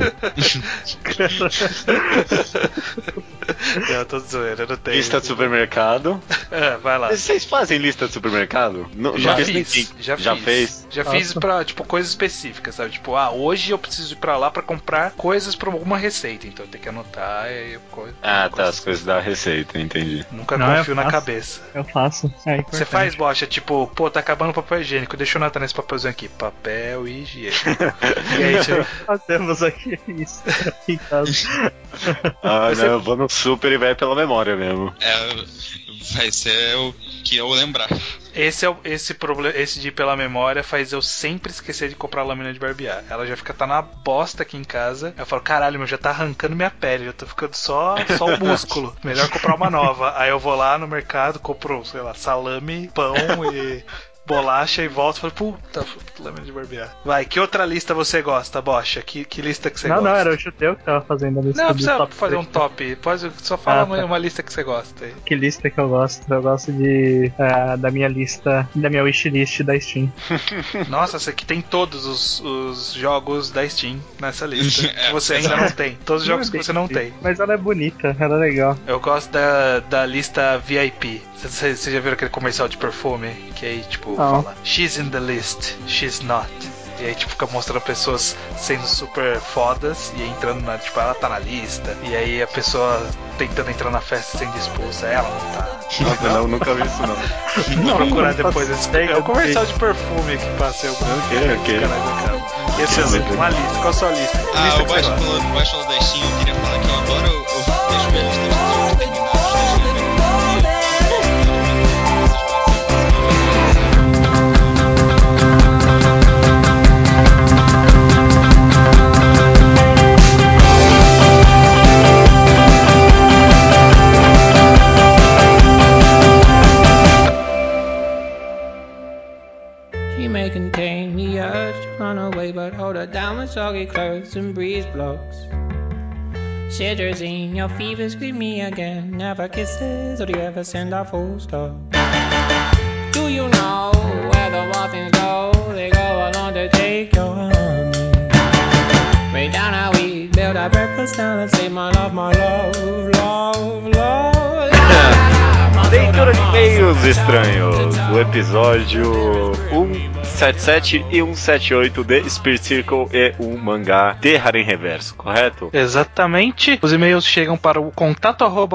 Não, eu tô zoando, eu não tenho. Lista de supermercado. É, vai lá. Vocês fazem lista de supermercado? Não, Já não fiz, ninguém. já, já fiz. fez? Já Nossa. fiz pra, tipo, coisas específicas, sabe? Tipo, ah, hoje eu preciso ir pra lá pra comprar coisas pra alguma receita, então eu tenho que anotar e eu... co- Ah, tá, coisas as coisas da receita, entendi. Nunca Não, confio eu na faço. cabeça. Eu faço. É importante. Você faz, bocha, tipo, pô, tá acabando o papel higiênico, deixa eu anotar nesse papelzinho aqui. Papel higiênico. E aí, você... Fazemos aqui isso em casa. Ah, Você- não, eu vou no super e vai pela memória mesmo. É, vai ser o que eu lembrar. Esse, é o, esse, problema, esse de ir pela memória faz eu sempre esquecer de comprar a lâmina de barbear. Ela já fica, tá na bosta aqui em casa. Eu falo, caralho, meu, já tá arrancando minha pele, já tô ficando só, só o músculo. Melhor comprar uma nova. Aí eu vou lá no mercado, compro, sei lá, salame, pão e bolacha e volta e fala, puta, lembra de barbear. Vai, que outra lista você gosta, Bocha? Que, que lista que você não, gosta? Não, não, era o Judeu que tava fazendo a lista. Não, precisa top fazer três. um top. Pode, só fala ah, uma, tá. uma lista que você gosta aí. Que lista que eu gosto? Eu gosto de uh, da minha lista, da minha wishlist da Steam. Nossa, essa aqui tem todos os, os jogos da Steam nessa lista. É, que você ainda não tem. Todos os jogos Não que você não tem. Mas ela é bonita, ela é legal. Eu gosto da, da lista V I P. Vocês já viram aquele comercial de perfume? Que aí, tipo, Não. fala She's in the list, she's not. E aí, tipo, fica mostrando pessoas sendo super fodas e aí entrando na, tipo, ela tá na lista. E aí a pessoa tentando entrar na festa sendo expulsa, ela não tá. Nossa, não, nunca vi isso não. Vou procurar não depois faço esse. ideia É o do comercial que- de perfume que passa eu Ok, ok. E esse é uma lista. Qual a sua lista? Que Ah, lista o que você Baixo gosta? falou, o Baixo falou da Steam, eu queria falar que eu adoro. Eu deixo minha lista de jogos terminados da Steam. She may contain the urge to run away, but hold her down with soggy clothes and breeze blocks. Shivers in your fever, scream me again. Never kisses, or do you ever send a full stop? Do you know where the muffins go? They go along to take your honey. Way down how we build our breakfast down and say my love, my love, love, love. Leitura de e-mails estranhos, o episódio cento e setenta e sete e cento e setenta e oito de Spirit Circle e um mangá de Harem Reverso, correto? Exatamente. Os e-mails chegam para o contato arroba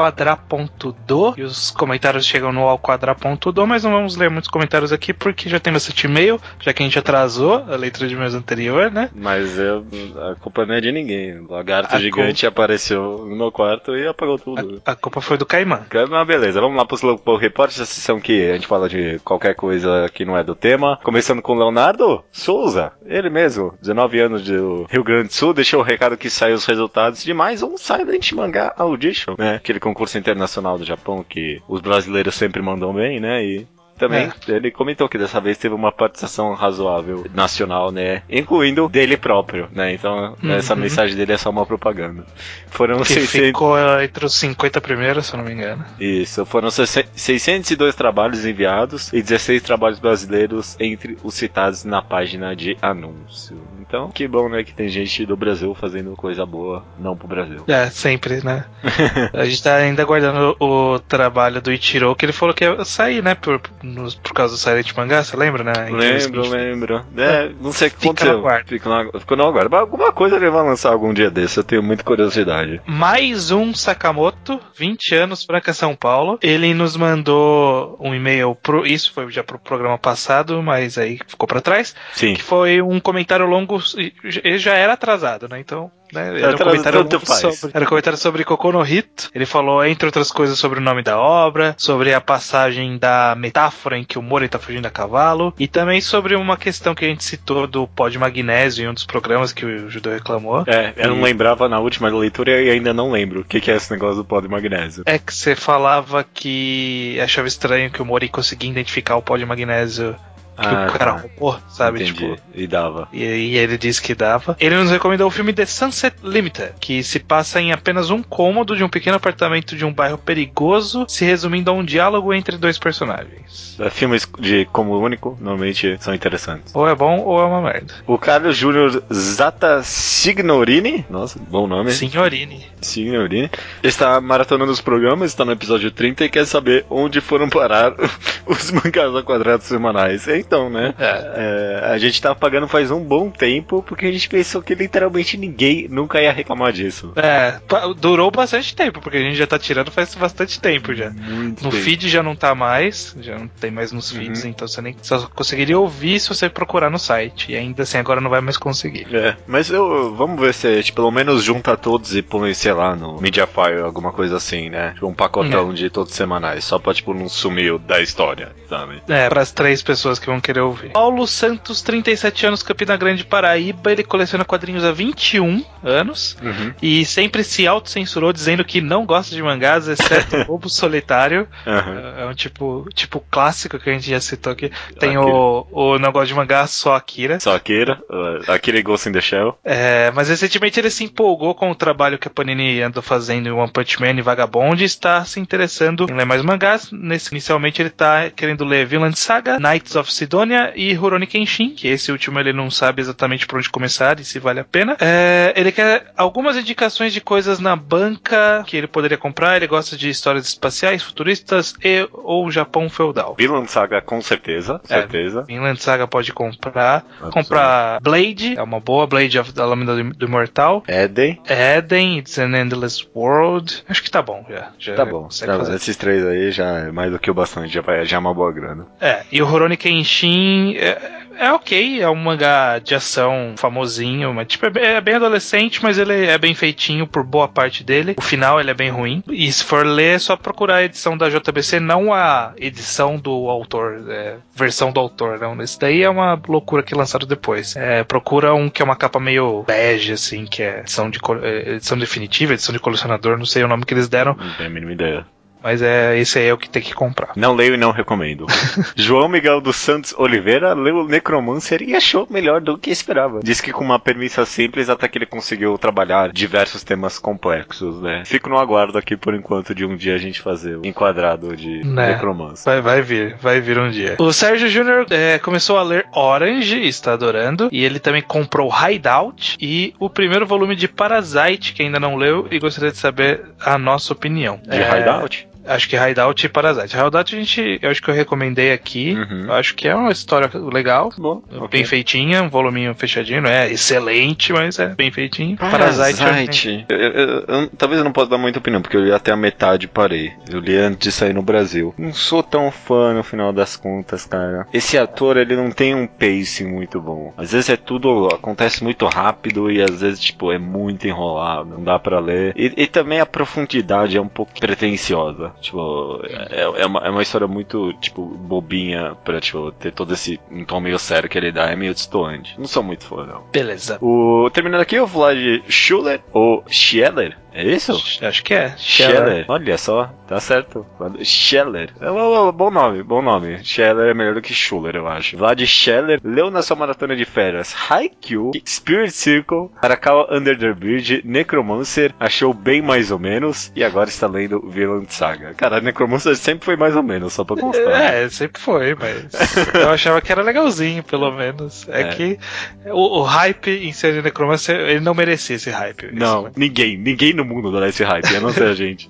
alquadra.do e os comentários chegam no alquadra.do, mas não vamos ler muitos comentários aqui porque já tem bastante e-mail, já que a gente atrasou a leitura de e-mails anterior, né? Mas eu, a culpa não é de ninguém. O lagarto A gigante apareceu no meu quarto e apagou tudo. A, a culpa foi do Caimã. Mas beleza, vamos lá pro Slowpoke Report, essa sessão que a gente fala de qualquer coisa que não é do tema. Começando com o Leonardo Souza, ele mesmo, dezenove anos do Rio Grande do Sul, deixou o recado que saiu os resultados de mais um Silent Manga Audition, né? Aquele concurso internacional do Japão que os brasileiros sempre mandam bem, né? E também, é. Ele comentou que dessa vez teve uma participação razoável nacional, né? Incluindo dele próprio, né? Então, uhum. Essa mensagem dele é só uma propaganda. Foram que seiscentos... ficou entre os cinquenta primeiros, se eu não me engano. Isso, foram seiscentos e dois trabalhos enviados e dezesseis trabalhos brasileiros entre os citados na página de anúncio. Então, que bom, né? Que tem gente do Brasil fazendo coisa boa, não pro Brasil. É, sempre, né? A gente tá ainda aguardando o trabalho do Ichiro, que ele falou que ia sair, né? Por, no, por causa do Silent Manga, você lembra, né? Lembro, lembro. É, não sei o que aconteceu. Fica no Ficou no aguardo. Mas alguma coisa ele vai lançar algum dia desse, eu tenho muita curiosidade. Mais um Sakamoto, vinte anos, Franca, São Paulo. Ele nos mandou um e-mail, pro, isso foi já pro programa passado, mas aí ficou pra trás. Sim. Que foi um comentário longo, ele já era atrasado, né? Então, né, era, um comentário longo sobre, era um comentário sobre Koku no Hito. Ele falou, entre outras coisas, sobre o nome da obra, sobre a passagem da metáfora em que o Mori tá fugindo a cavalo, e também sobre uma questão que a gente citou do pó de magnésio em um dos programas que o Judeu reclamou. É, eu não e... lembrava na última leitura e ainda não lembro. O que, que é esse negócio do pó de magnésio? É que você falava que achava estranho que o Mori conseguia identificar o pó de magnésio que ah, o cara roubou, sabe? Entendi. Tipo, e dava. E, e ele disse que dava. Ele nos recomendou o filme The Sunset Limited, que se passa em apenas um cômodo de um pequeno apartamento de um bairro perigoso, se resumindo a um diálogo entre dois personagens. Filmes de como único, normalmente são interessantes. Ou é bom ou é uma merda. O Carlos Júnior Zata Signorini, nossa, bom nome. Signorini. Signorini. Está maratonando os programas, está no episódio trinta e quer saber onde foram parar os mangás ao quadrado semanais. Então, né? É. É, a gente tá pagando faz um bom tempo porque a gente pensou que literalmente ninguém nunca ia reclamar disso. É, durou bastante tempo, porque a gente já tá tirando faz bastante tempo já. Muito no tempo. Feed já não tá mais, já não tem mais nos feeds, uhum. Então você nem só conseguiria ouvir se você procurar no site. E ainda assim agora não vai mais conseguir. É, mas eu, vamos ver se a gente pelo menos junta todos e põe, sei lá, no Mediafire, alguma coisa assim, né? Tipo um pacotão é. de todos semanais, só pra tipo não sumir da história, sabe? É, pras três pessoas que vão querer ouvir. Paulo Santos, trinta e sete anos, Campina Grande, Paraíba. Ele coleciona quadrinhos há vinte e um anos uhum. e sempre se autocensurou dizendo que não gosta de mangás, exceto Lobo Solitário. Uhum. É um tipo, tipo clássico que a gente já citou aqui. Tem o, o não gosta de mangá, só Akira. Só Akira. Uh, Akira e Ghost in the Shell. É, mas recentemente ele se empolgou com o trabalho que a Panini andou fazendo em One Punch Man e Vagabond e está se interessando em ler mais mangás. Nesse, inicialmente ele está querendo ler Vinland Saga, Knights of Sidonia e Rurouni Kenshin, que esse último ele não sabe exatamente por onde começar e se vale a pena. É, ele quer algumas indicações de coisas na banca que ele poderia comprar. Ele gosta de histórias espaciais, futuristas e ou Japão feudal. Vinland Saga com certeza, é, certeza. Vinland Saga pode comprar. Comprar Blade, é uma boa, Blade of, da Lâmina do, do Imortal. Eden. Eden, It's an Endless World. Acho que tá bom já. já tá bom. Já, esses três aí já é mais do que o bastante, já, já é uma boa grana. É, e o Rurouni Kenshin é, é ok, é um mangá de ação famosinho, mas tipo, é bem adolescente, mas ele é bem feitinho por boa parte dele. O final ele é bem ruim. E se for ler, é só procurar a edição da J B C, não a edição do autor, é, versão do autor, não. Esse daí é uma loucura que lançaram depois. É, procura um que é uma capa meio bege, assim, que é edição, de, edição definitiva, edição de colecionador, não sei o nome que eles deram. Não tenho a mínima ideia. Mas é, esse aí é o que tem que comprar. Não leio e não recomendo. João Miguel dos Santos Oliveira leu Necromancer e achou melhor do que esperava. Diz que com uma premissa simples até que ele conseguiu trabalhar diversos temas complexos, né? Fico no aguardo aqui por enquanto de um dia a gente fazer o enquadrado de né? Necromancer. Vai, vai vir, vai vir um dia. O Sérgio Júnior é, começou a ler Orange, está adorando, e ele também comprou Hideout e o primeiro volume de Parasite, que ainda não leu, e gostaria de saber a nossa opinião. De é... Hideout? Acho que Hideout e Parasite. Hideout a gente, eu acho que eu recomendei aqui. Uhum. Eu acho que é uma história legal. Bom, okay. Bem feitinha, um voluminho fechadinho. Não é excelente, mas é bem feitinho. Parasite. Parasite. Eu, eu, eu, talvez eu não possa dar muita opinião, porque eu li até a metade e parei. Eu li antes de sair no Brasil. Não sou tão fã no final das contas, cara. Esse ator, ele não tem um pacing muito bom. Às vezes é tudo, acontece muito rápido e às vezes, tipo, é muito enrolado. Não dá pra ler. E, e também a profundidade é um pouco pretensiosa. Tipo, é, é, uma, é uma história muito, tipo, bobinha pra, tipo, ter todo esse um tom meio sério que ele dá, é meio destoante. Não sou muito fã, não. Beleza. O, terminando aqui, o Vlad Schuller, ou Scheller, é isso? Acho que é. Scheller. Olha só, tá certo. Scheller. É um, um bom nome, bom nome. Scheller é melhor do que Schuller, eu acho. Vlad Scheller leu na sua maratona de férias Haikyuu, Spirit Circle, Arakawa Under the Bridge, Necromancer, achou bem mais ou menos, e agora está lendo Vinland Saga. Cara, Necromancer sempre foi mais ou menos, só pra constar. É, sempre foi, mas eu achava que era legalzinho, pelo menos. É, é. que o, o hype em ser Necromancer, ele não merecia esse hype. Não, isso, ninguém, ninguém no mundo dá esse hype, a não ser a gente.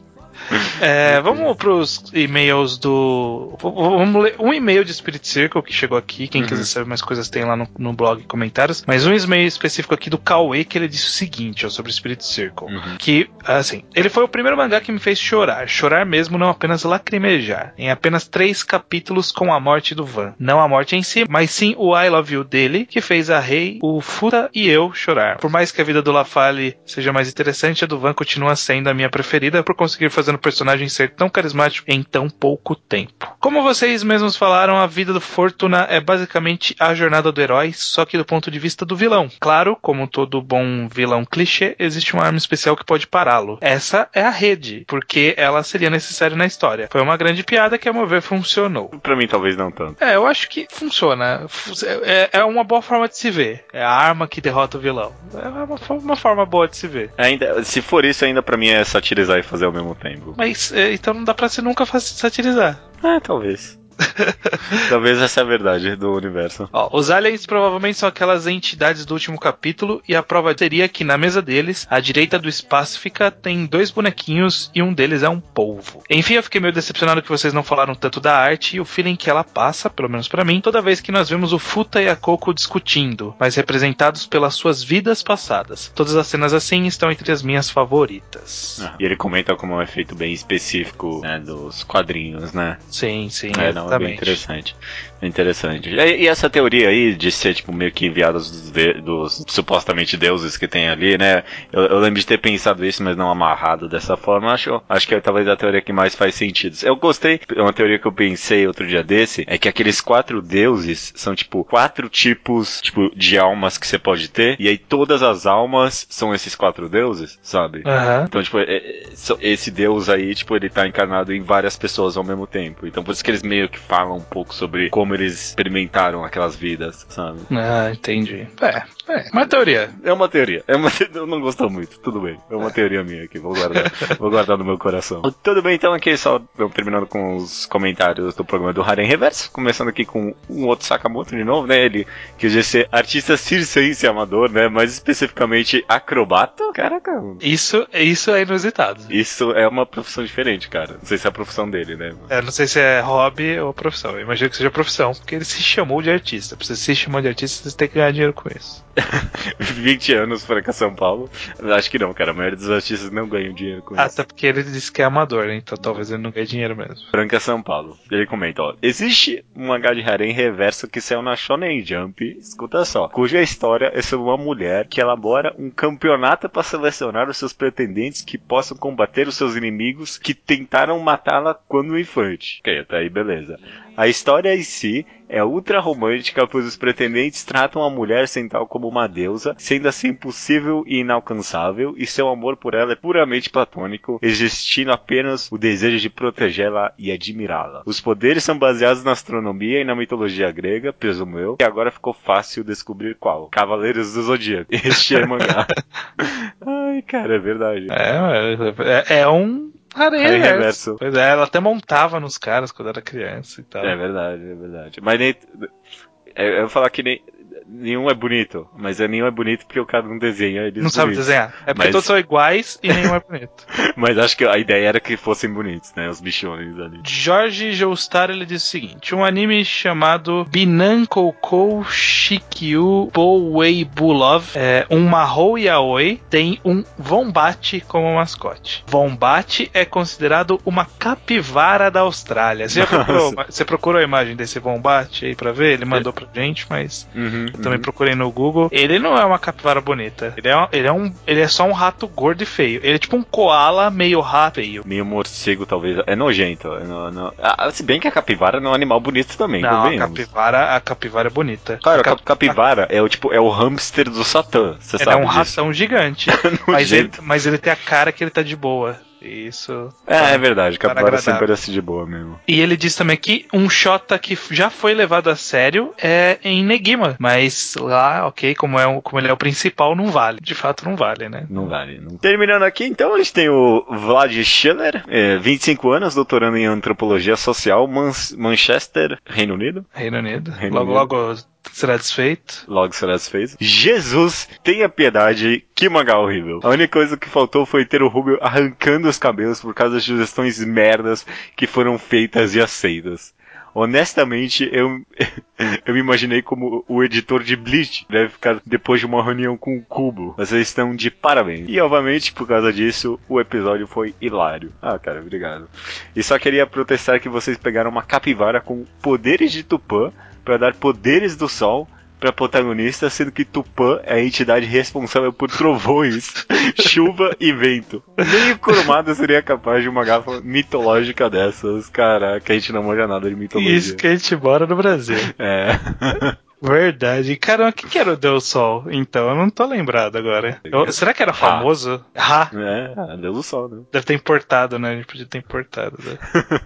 É, vamos pros e-mails do. Vamos ler um e-mail de Spirit Circle que chegou aqui. Quem uhum. quiser saber mais coisas tem lá no, no blog comentários. Mas um e-mail específico aqui do Cauê, que ele disse o seguinte, ó, sobre Spirit Circle. Uhum. Que, assim, ele foi o primeiro mangá que me fez chorar. Chorar mesmo, não apenas lacrimejar. Em apenas três capítulos com a morte do Van. Não a morte em si, mas sim o I Love You dele, que fez a Rei, o Futa e eu chorar. Por mais que a vida do Lafalle seja mais interessante, a do Van continua sendo a minha preferida por conseguir fazer o personagem ser tão carismático em tão pouco tempo. Como vocês mesmos falaram, a vida do Fortuna é basicamente a jornada do herói, só que do ponto de vista do vilão. Claro, como todo bom vilão clichê, existe uma arma especial que pode pará-lo. Essa é a Rede, porque ela seria necessária na história. Foi uma grande piada que, a meu ver, funcionou. Pra mim, talvez não tanto. É, eu acho que funciona. É, é uma boa forma de se ver. É a arma que derrota o vilão. É uma, uma forma boa de se ver. Ainda, se for isso, ainda pra mim é satirizar e fazer ao mesmo tempo. Mas, é, então não dá pra você nunca satirizar. É, talvez. Talvez essa é a verdade do universo. Ó, os aliens provavelmente são aquelas entidades do último capítulo, e a prova seria que na mesa deles, à direita do Spácifica, tem dois bonequinhos e um deles é um polvo. Enfim, eu fiquei meio decepcionado que vocês não falaram tanto da arte e o feeling que ela passa, pelo menos pra mim, toda vez que nós vemos o Futa e a Coco discutindo, mas representados pelas suas vidas passadas. Todas as cenas assim estão entre as minhas favoritas. Ah, e ele comenta como um efeito bem específico, né, dos quadrinhos, né? Sim, sim. É, não, é bem interessante. Interessante. E, e essa teoria aí de ser, tipo, meio que enviada dos, de, dos supostamente deuses que tem ali, né? Eu, eu lembro de ter pensado isso, mas não amarrado dessa forma. Acho, acho que é talvez a teoria que mais faz sentido. Eu gostei, uma teoria que eu pensei outro dia desse, é que aqueles quatro deuses são, tipo, quatro tipos, tipo, de almas que você pode ter, e aí todas as almas são esses quatro deuses, sabe? Uhum. Então, tipo, é, é, esse deus aí, tipo, ele tá encarnado em várias pessoas ao mesmo tempo. Então, por isso que eles meio que falam um pouco sobre como eles experimentaram aquelas vidas, sabe? Ah, entendi. É, é uma teoria. É uma teoria. É uma te... Eu não gostou muito, tudo bem. É uma é. teoria minha aqui, vou guardar. Vou guardar no meu coração. Tudo bem, então aqui só terminando com os comentários do programa do Harem Reverso. Começando aqui com um outro Sakamoto de novo, né? Ele quis dizer ser artista circense amador, né? Mais especificamente acrobata. Caraca. Isso, isso é inusitado. Isso é uma profissão diferente, cara. Não sei se é a profissão dele, né? É, não sei se é hobby ou profissão. Eu imagino que seja profissão, porque ele se chamou de artista. Pra você se chamar de artista, você tem que ganhar dinheiro com isso. vinte anos Franca São Paulo. Acho que não, cara. A maioria dos artistas não ganham dinheiro com ah, isso. Até porque ele disse que é amador, né? Então talvez ele não ganhe dinheiro mesmo. Franca São Paulo. Ele comenta, ó. Existe um mangá de harem reverso que saiu na Shonen Jump, escuta só, cuja história é sobre uma mulher que elabora um campeonato para selecionar os seus pretendentes que possam combater os seus inimigos que tentaram matá-la quando infante. Ok, até aí beleza. A história em si é ultra romântica, pois os pretendentes tratam a mulher sem tal como uma deusa, sendo assim impossível e inalcançável, e seu amor por ela é puramente platônico, existindo apenas o desejo de protegê-la e admirá-la. Os poderes são baseados na astronomia e na mitologia grega, presumo eu, e agora ficou fácil descobrir qual. Cavaleiros do Zodíaco. Este é mangá. Ai, cara, é verdade. É, é, é um... Harem reverso. reverso. Pois é, ela até montava nos caras quando era criança e tal. É verdade, é verdade. Mas nem... Eu vou falar que nem... Nenhum é bonito, mas nenhum é bonito porque o cara não desenha eles Não bonitos. sabe desenhar. É porque mas... todos são iguais e nenhum é bonito. Mas acho que a ideia era que fossem bonitos, né? Os bichones ali. Jorge Joestar, ele diz o seguinte: um anime chamado Binankoukou Shikyu Bouwei Bulov, é, um Mahou Yaoi, tem um Wombat como mascote. Wombat é considerado uma capivara da Austrália. Você já procurou, você procurou a imagem desse Wombat aí pra ver? Ele mandou pra gente, mas uhum, eu também uhum. procurei no Google. Ele não é uma capivara bonita. Ele é, um, ele, é um, ele é só um rato gordo e feio. Ele é tipo um koala meio rato feio. Meio morcego, talvez. É nojento. É no, no... Ah, se bem que a capivara é um animal bonito também. Não, a capivara, a capivara é bonita. Cara, a cap... capivara é o tipo é o hamster do Satã. Você sabe Ele é um disso. ratão gigante. mas, ele, mas ele tem a cara que ele tá de boa. Isso. É, tá, é verdade, capivara sempre parece de boa mesmo. E ele diz também que um Shota que já foi levado a sério é em Negima, mas lá, ok, como, é, como ele é o principal, não vale. De fato, não vale, né? Não vale. Não. Terminando aqui, então, a gente tem o Vlad Schiller, é, vinte e cinco anos, doutorando em Antropologia Social, Man Manchester, Reino Unido. Reino Unido. Reino logo, Unido. logo... será desfeito. Logo será desfeito. Jesus, tenha piedade, que mangá horrível. A única coisa que faltou foi ter o Rubio arrancando os cabelos por causa das sugestões merdas que foram feitas e aceitas. Honestamente, eu, eu me imaginei como o editor de Bleach deve ficar depois de uma reunião com o Kubo. Vocês estão de parabéns. E, obviamente, por causa disso, o episódio foi hilário. Ah, cara, obrigado. E só queria protestar que vocês pegaram uma capivara com poderes de Tupã para dar poderes do sol para protagonista, sendo que Tupã é a entidade responsável por trovões, chuva e vento. Nem o Kurumada seria capaz de uma gafa mitológica dessas. Caraca, a gente não manja nada de mitologia. Isso que a gente mora no Brasil. É. Verdade. Caramba, o que, que era o Deus Sol? Então, eu não tô lembrado agora. Eu, será que era famoso? Ha. É, Deus do Sol, né? Deve ter importado, né? A gente podia ter importado. Né?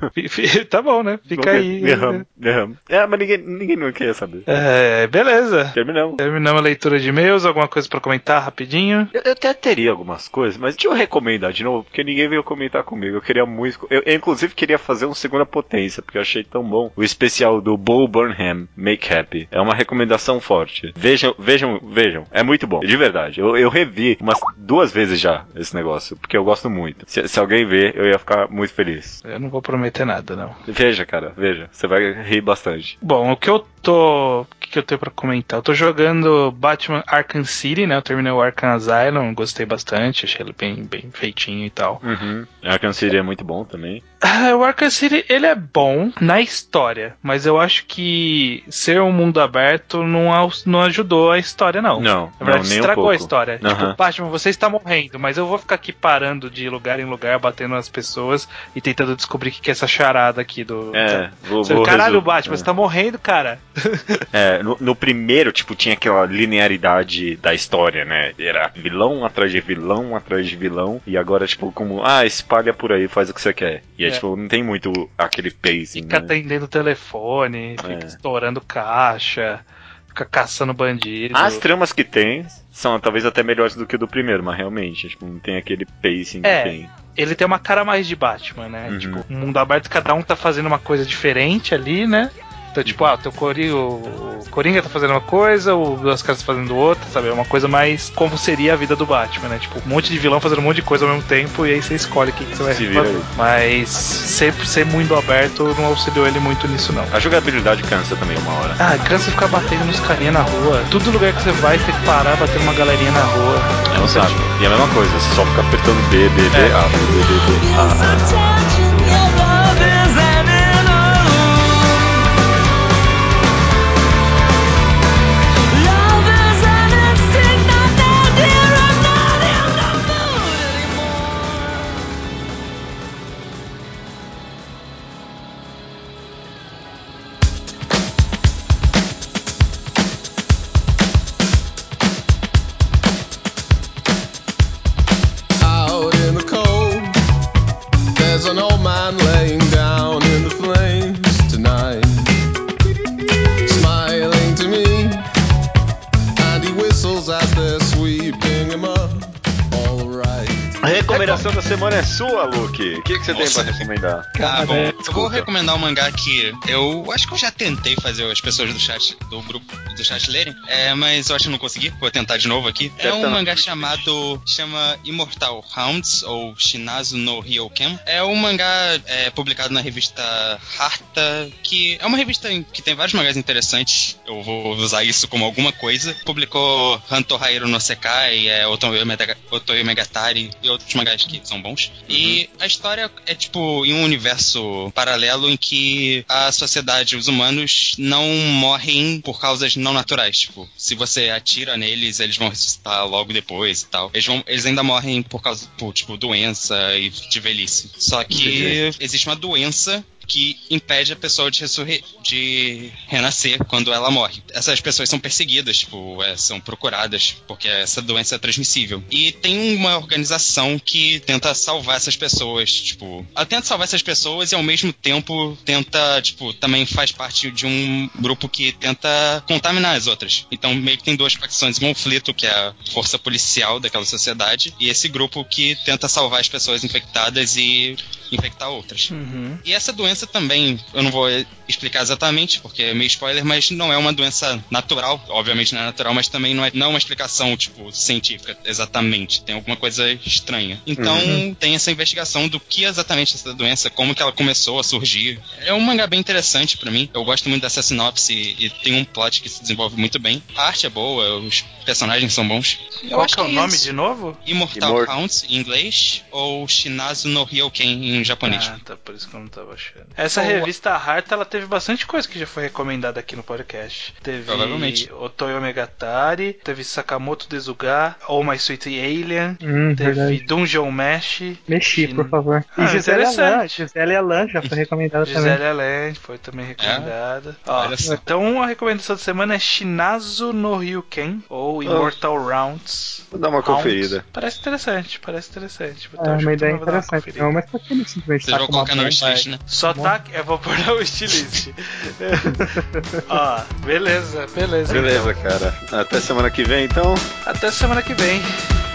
Tá bom, né? Fica okay. aí. Derramo, derramo. É, mas ninguém, ninguém não queria saber. É, beleza. Terminamos. Terminamos a leitura de e-mails. Alguma coisa pra comentar rapidinho? Eu, eu até teria algumas coisas, mas deixa eu recomendar de novo, porque ninguém veio comentar comigo. Eu queria muito... Eu, eu inclusive, queria fazer um Segunda Potência, porque eu achei tão bom. O especial do Bo Burnham, Make Happy. É uma recomendação forte. Vejam, vejam, vejam. É muito bom. De verdade. Eu, eu revi umas duas vezes já esse negócio, porque eu gosto muito. Se, se alguém ver, eu ia ficar muito feliz. Eu não vou prometer nada, não. Veja, cara. Veja. Você vai rir bastante. Bom, o que eu tô... que, que eu tenho pra comentar. Eu tô jogando Batman Arkham City, né? Eu terminei o Arkham Asylum, gostei bastante, achei ele bem, bem feitinho e tal. Uhum. Arkham City é muito bom também. Ah, o Arkham City, ele é bom na história, mas eu acho que ser um mundo aberto não, não ajudou a história, não. Não, na verdade, não, nem estragou um pouco. a história. Uhum. Tipo, Batman, você está morrendo, mas eu vou ficar aqui parando de lugar em lugar, batendo nas pessoas e tentando descobrir o que é essa charada aqui do... É, vou, você, vou caralho, resol... Batman, é. você tá morrendo, cara. É, no, no primeiro, tipo, tinha aquela linearidade da história, né? Era vilão atrás de vilão atrás de vilão, e agora, tipo, como, ah, espalha por aí, faz o que você quer. E aí, É. tipo, não tem muito aquele pacing, Fica né? atendendo o telefone, fica É. estourando caixa, fica caçando bandido. As tramas que tem são talvez até melhores do que o do primeiro, mas realmente, tipo, não tem aquele pacing É. que tem. Ele tem uma cara mais de Batman, né? Uhum. Tipo, um mundo aberto, cada um tá fazendo uma coisa diferente ali, né? Então, tipo, ah, o teu Coringa, o Coringa tá fazendo uma coisa, o Duas Caras tá fazendo outra, sabe? É uma coisa mais como seria a vida do Batman, né? Tipo, um monte de vilão fazendo um monte de coisa ao mesmo tempo e aí você escolhe o que, que você vai Se vira fazer. aí. Mas sempre ser mundo aberto não auxiliou ele muito nisso, não. A jogabilidade cansa também uma hora. Ah, cansa ficar batendo nos carinha na rua. Todo lugar que você vai, tem que parar, bater uma galerinha na rua. É um saco. E a mesma coisa, você só fica apertando B, B, B, É. A, B, B, B, B, A, A, A. Out in the cold, there's an old man laying down in the flames tonight, smiling to me, and he whistles as they're sweeping him up. All right. A recomendação da semana é sua, Luke. O que, que você Nossa. tem pra recomendar? Ah, bom, eu vou Desculpa. recomendar um mangá que eu acho que eu já tentei fazer as pessoas do chat, do grupo do chat lerem, é, mas eu acho que não consegui, vou tentar de novo aqui. É um mangá chamado, chama Immortal Hounds, ou Shinazu no Ryoken. É um mangá é, publicado na revista Harta, que é uma revista que tem vários mangás interessantes, eu vou usar isso como alguma coisa. Publicou Hanto Hairu no Sekai, é, Otoyo Mega- Otoyo Megatari e outros mangás que são bons. E a história é tipo em um universo paralelo em que a sociedade, os humanos, não morrem por causas não naturais. Tipo, se você atira neles, eles vão ressuscitar logo depois e tal. Eles, vão, eles ainda morrem por causa, por, tipo, doença e de velhice. Só que existe uma doença que impede a pessoa de, ressurre... de renascer quando ela morre. Essas pessoas são perseguidas, tipo, é, são procuradas, porque essa doença é transmissível. E tem uma organização que tenta salvar essas pessoas, tipo... Ela tenta salvar essas pessoas e, ao mesmo tempo, tenta, tipo, também faz parte de um grupo que tenta contaminar as outras. Então, meio que tem duas facções em conflito, que é a força policial daquela sociedade e esse grupo que tenta salvar as pessoas infectadas e infectar outras. Uhum. E essa doença também, eu não vou explicar exatamente, porque é meio spoiler, mas não é uma doença natural. Obviamente não é natural, mas também não é, não é uma explicação, tipo, científica, exatamente. Tem alguma coisa estranha. Então, Uhum. tem essa investigação do que exatamente é essa doença, como que ela começou a surgir. É um mangá bem interessante pra mim. Eu gosto muito dessa sinopse e, e tem um plot que se desenvolve muito bem. A arte é boa, os personagens são bons. Eu Qual acho que é o nome isso. de novo? Immortal Immort- Hounds, em inglês, ou Shinazu no Ryoken, em japonês. Ah, tá, por isso que eu não tava achando. Essa Ou- revista Harta, ela teve bastante coisa que já foi recomendada aqui no podcast. Teve Provavelmente. Otoyo Megatari, teve Sakamoto Desuga, Oh My Sweet Alien, Hum, teve verdade. Dungeon Mesh. Mexi, Shin- por favor. E Ah, Gisele Alan. interessante. Gisele Alan já foi recomendada Gisele também. Allen foi também recomendada. Ó, Olha só. então a recomendação da semana é Shinazu no Ryuken, ou Immortal Rounds. Vou dar uma Rounds. conferida. Parece interessante, parece interessante. É uma ideia vou dar uma interessante. conferida. Não, mas pra que ele simplesmente Vocês tá vão com uma colocar no bomba? wishlist, né? Só Bom. tá. Eu vou pôr na wishlist. Ó, beleza, beleza. Beleza, então. cara. Até semana que vem, então. Até semana que vem.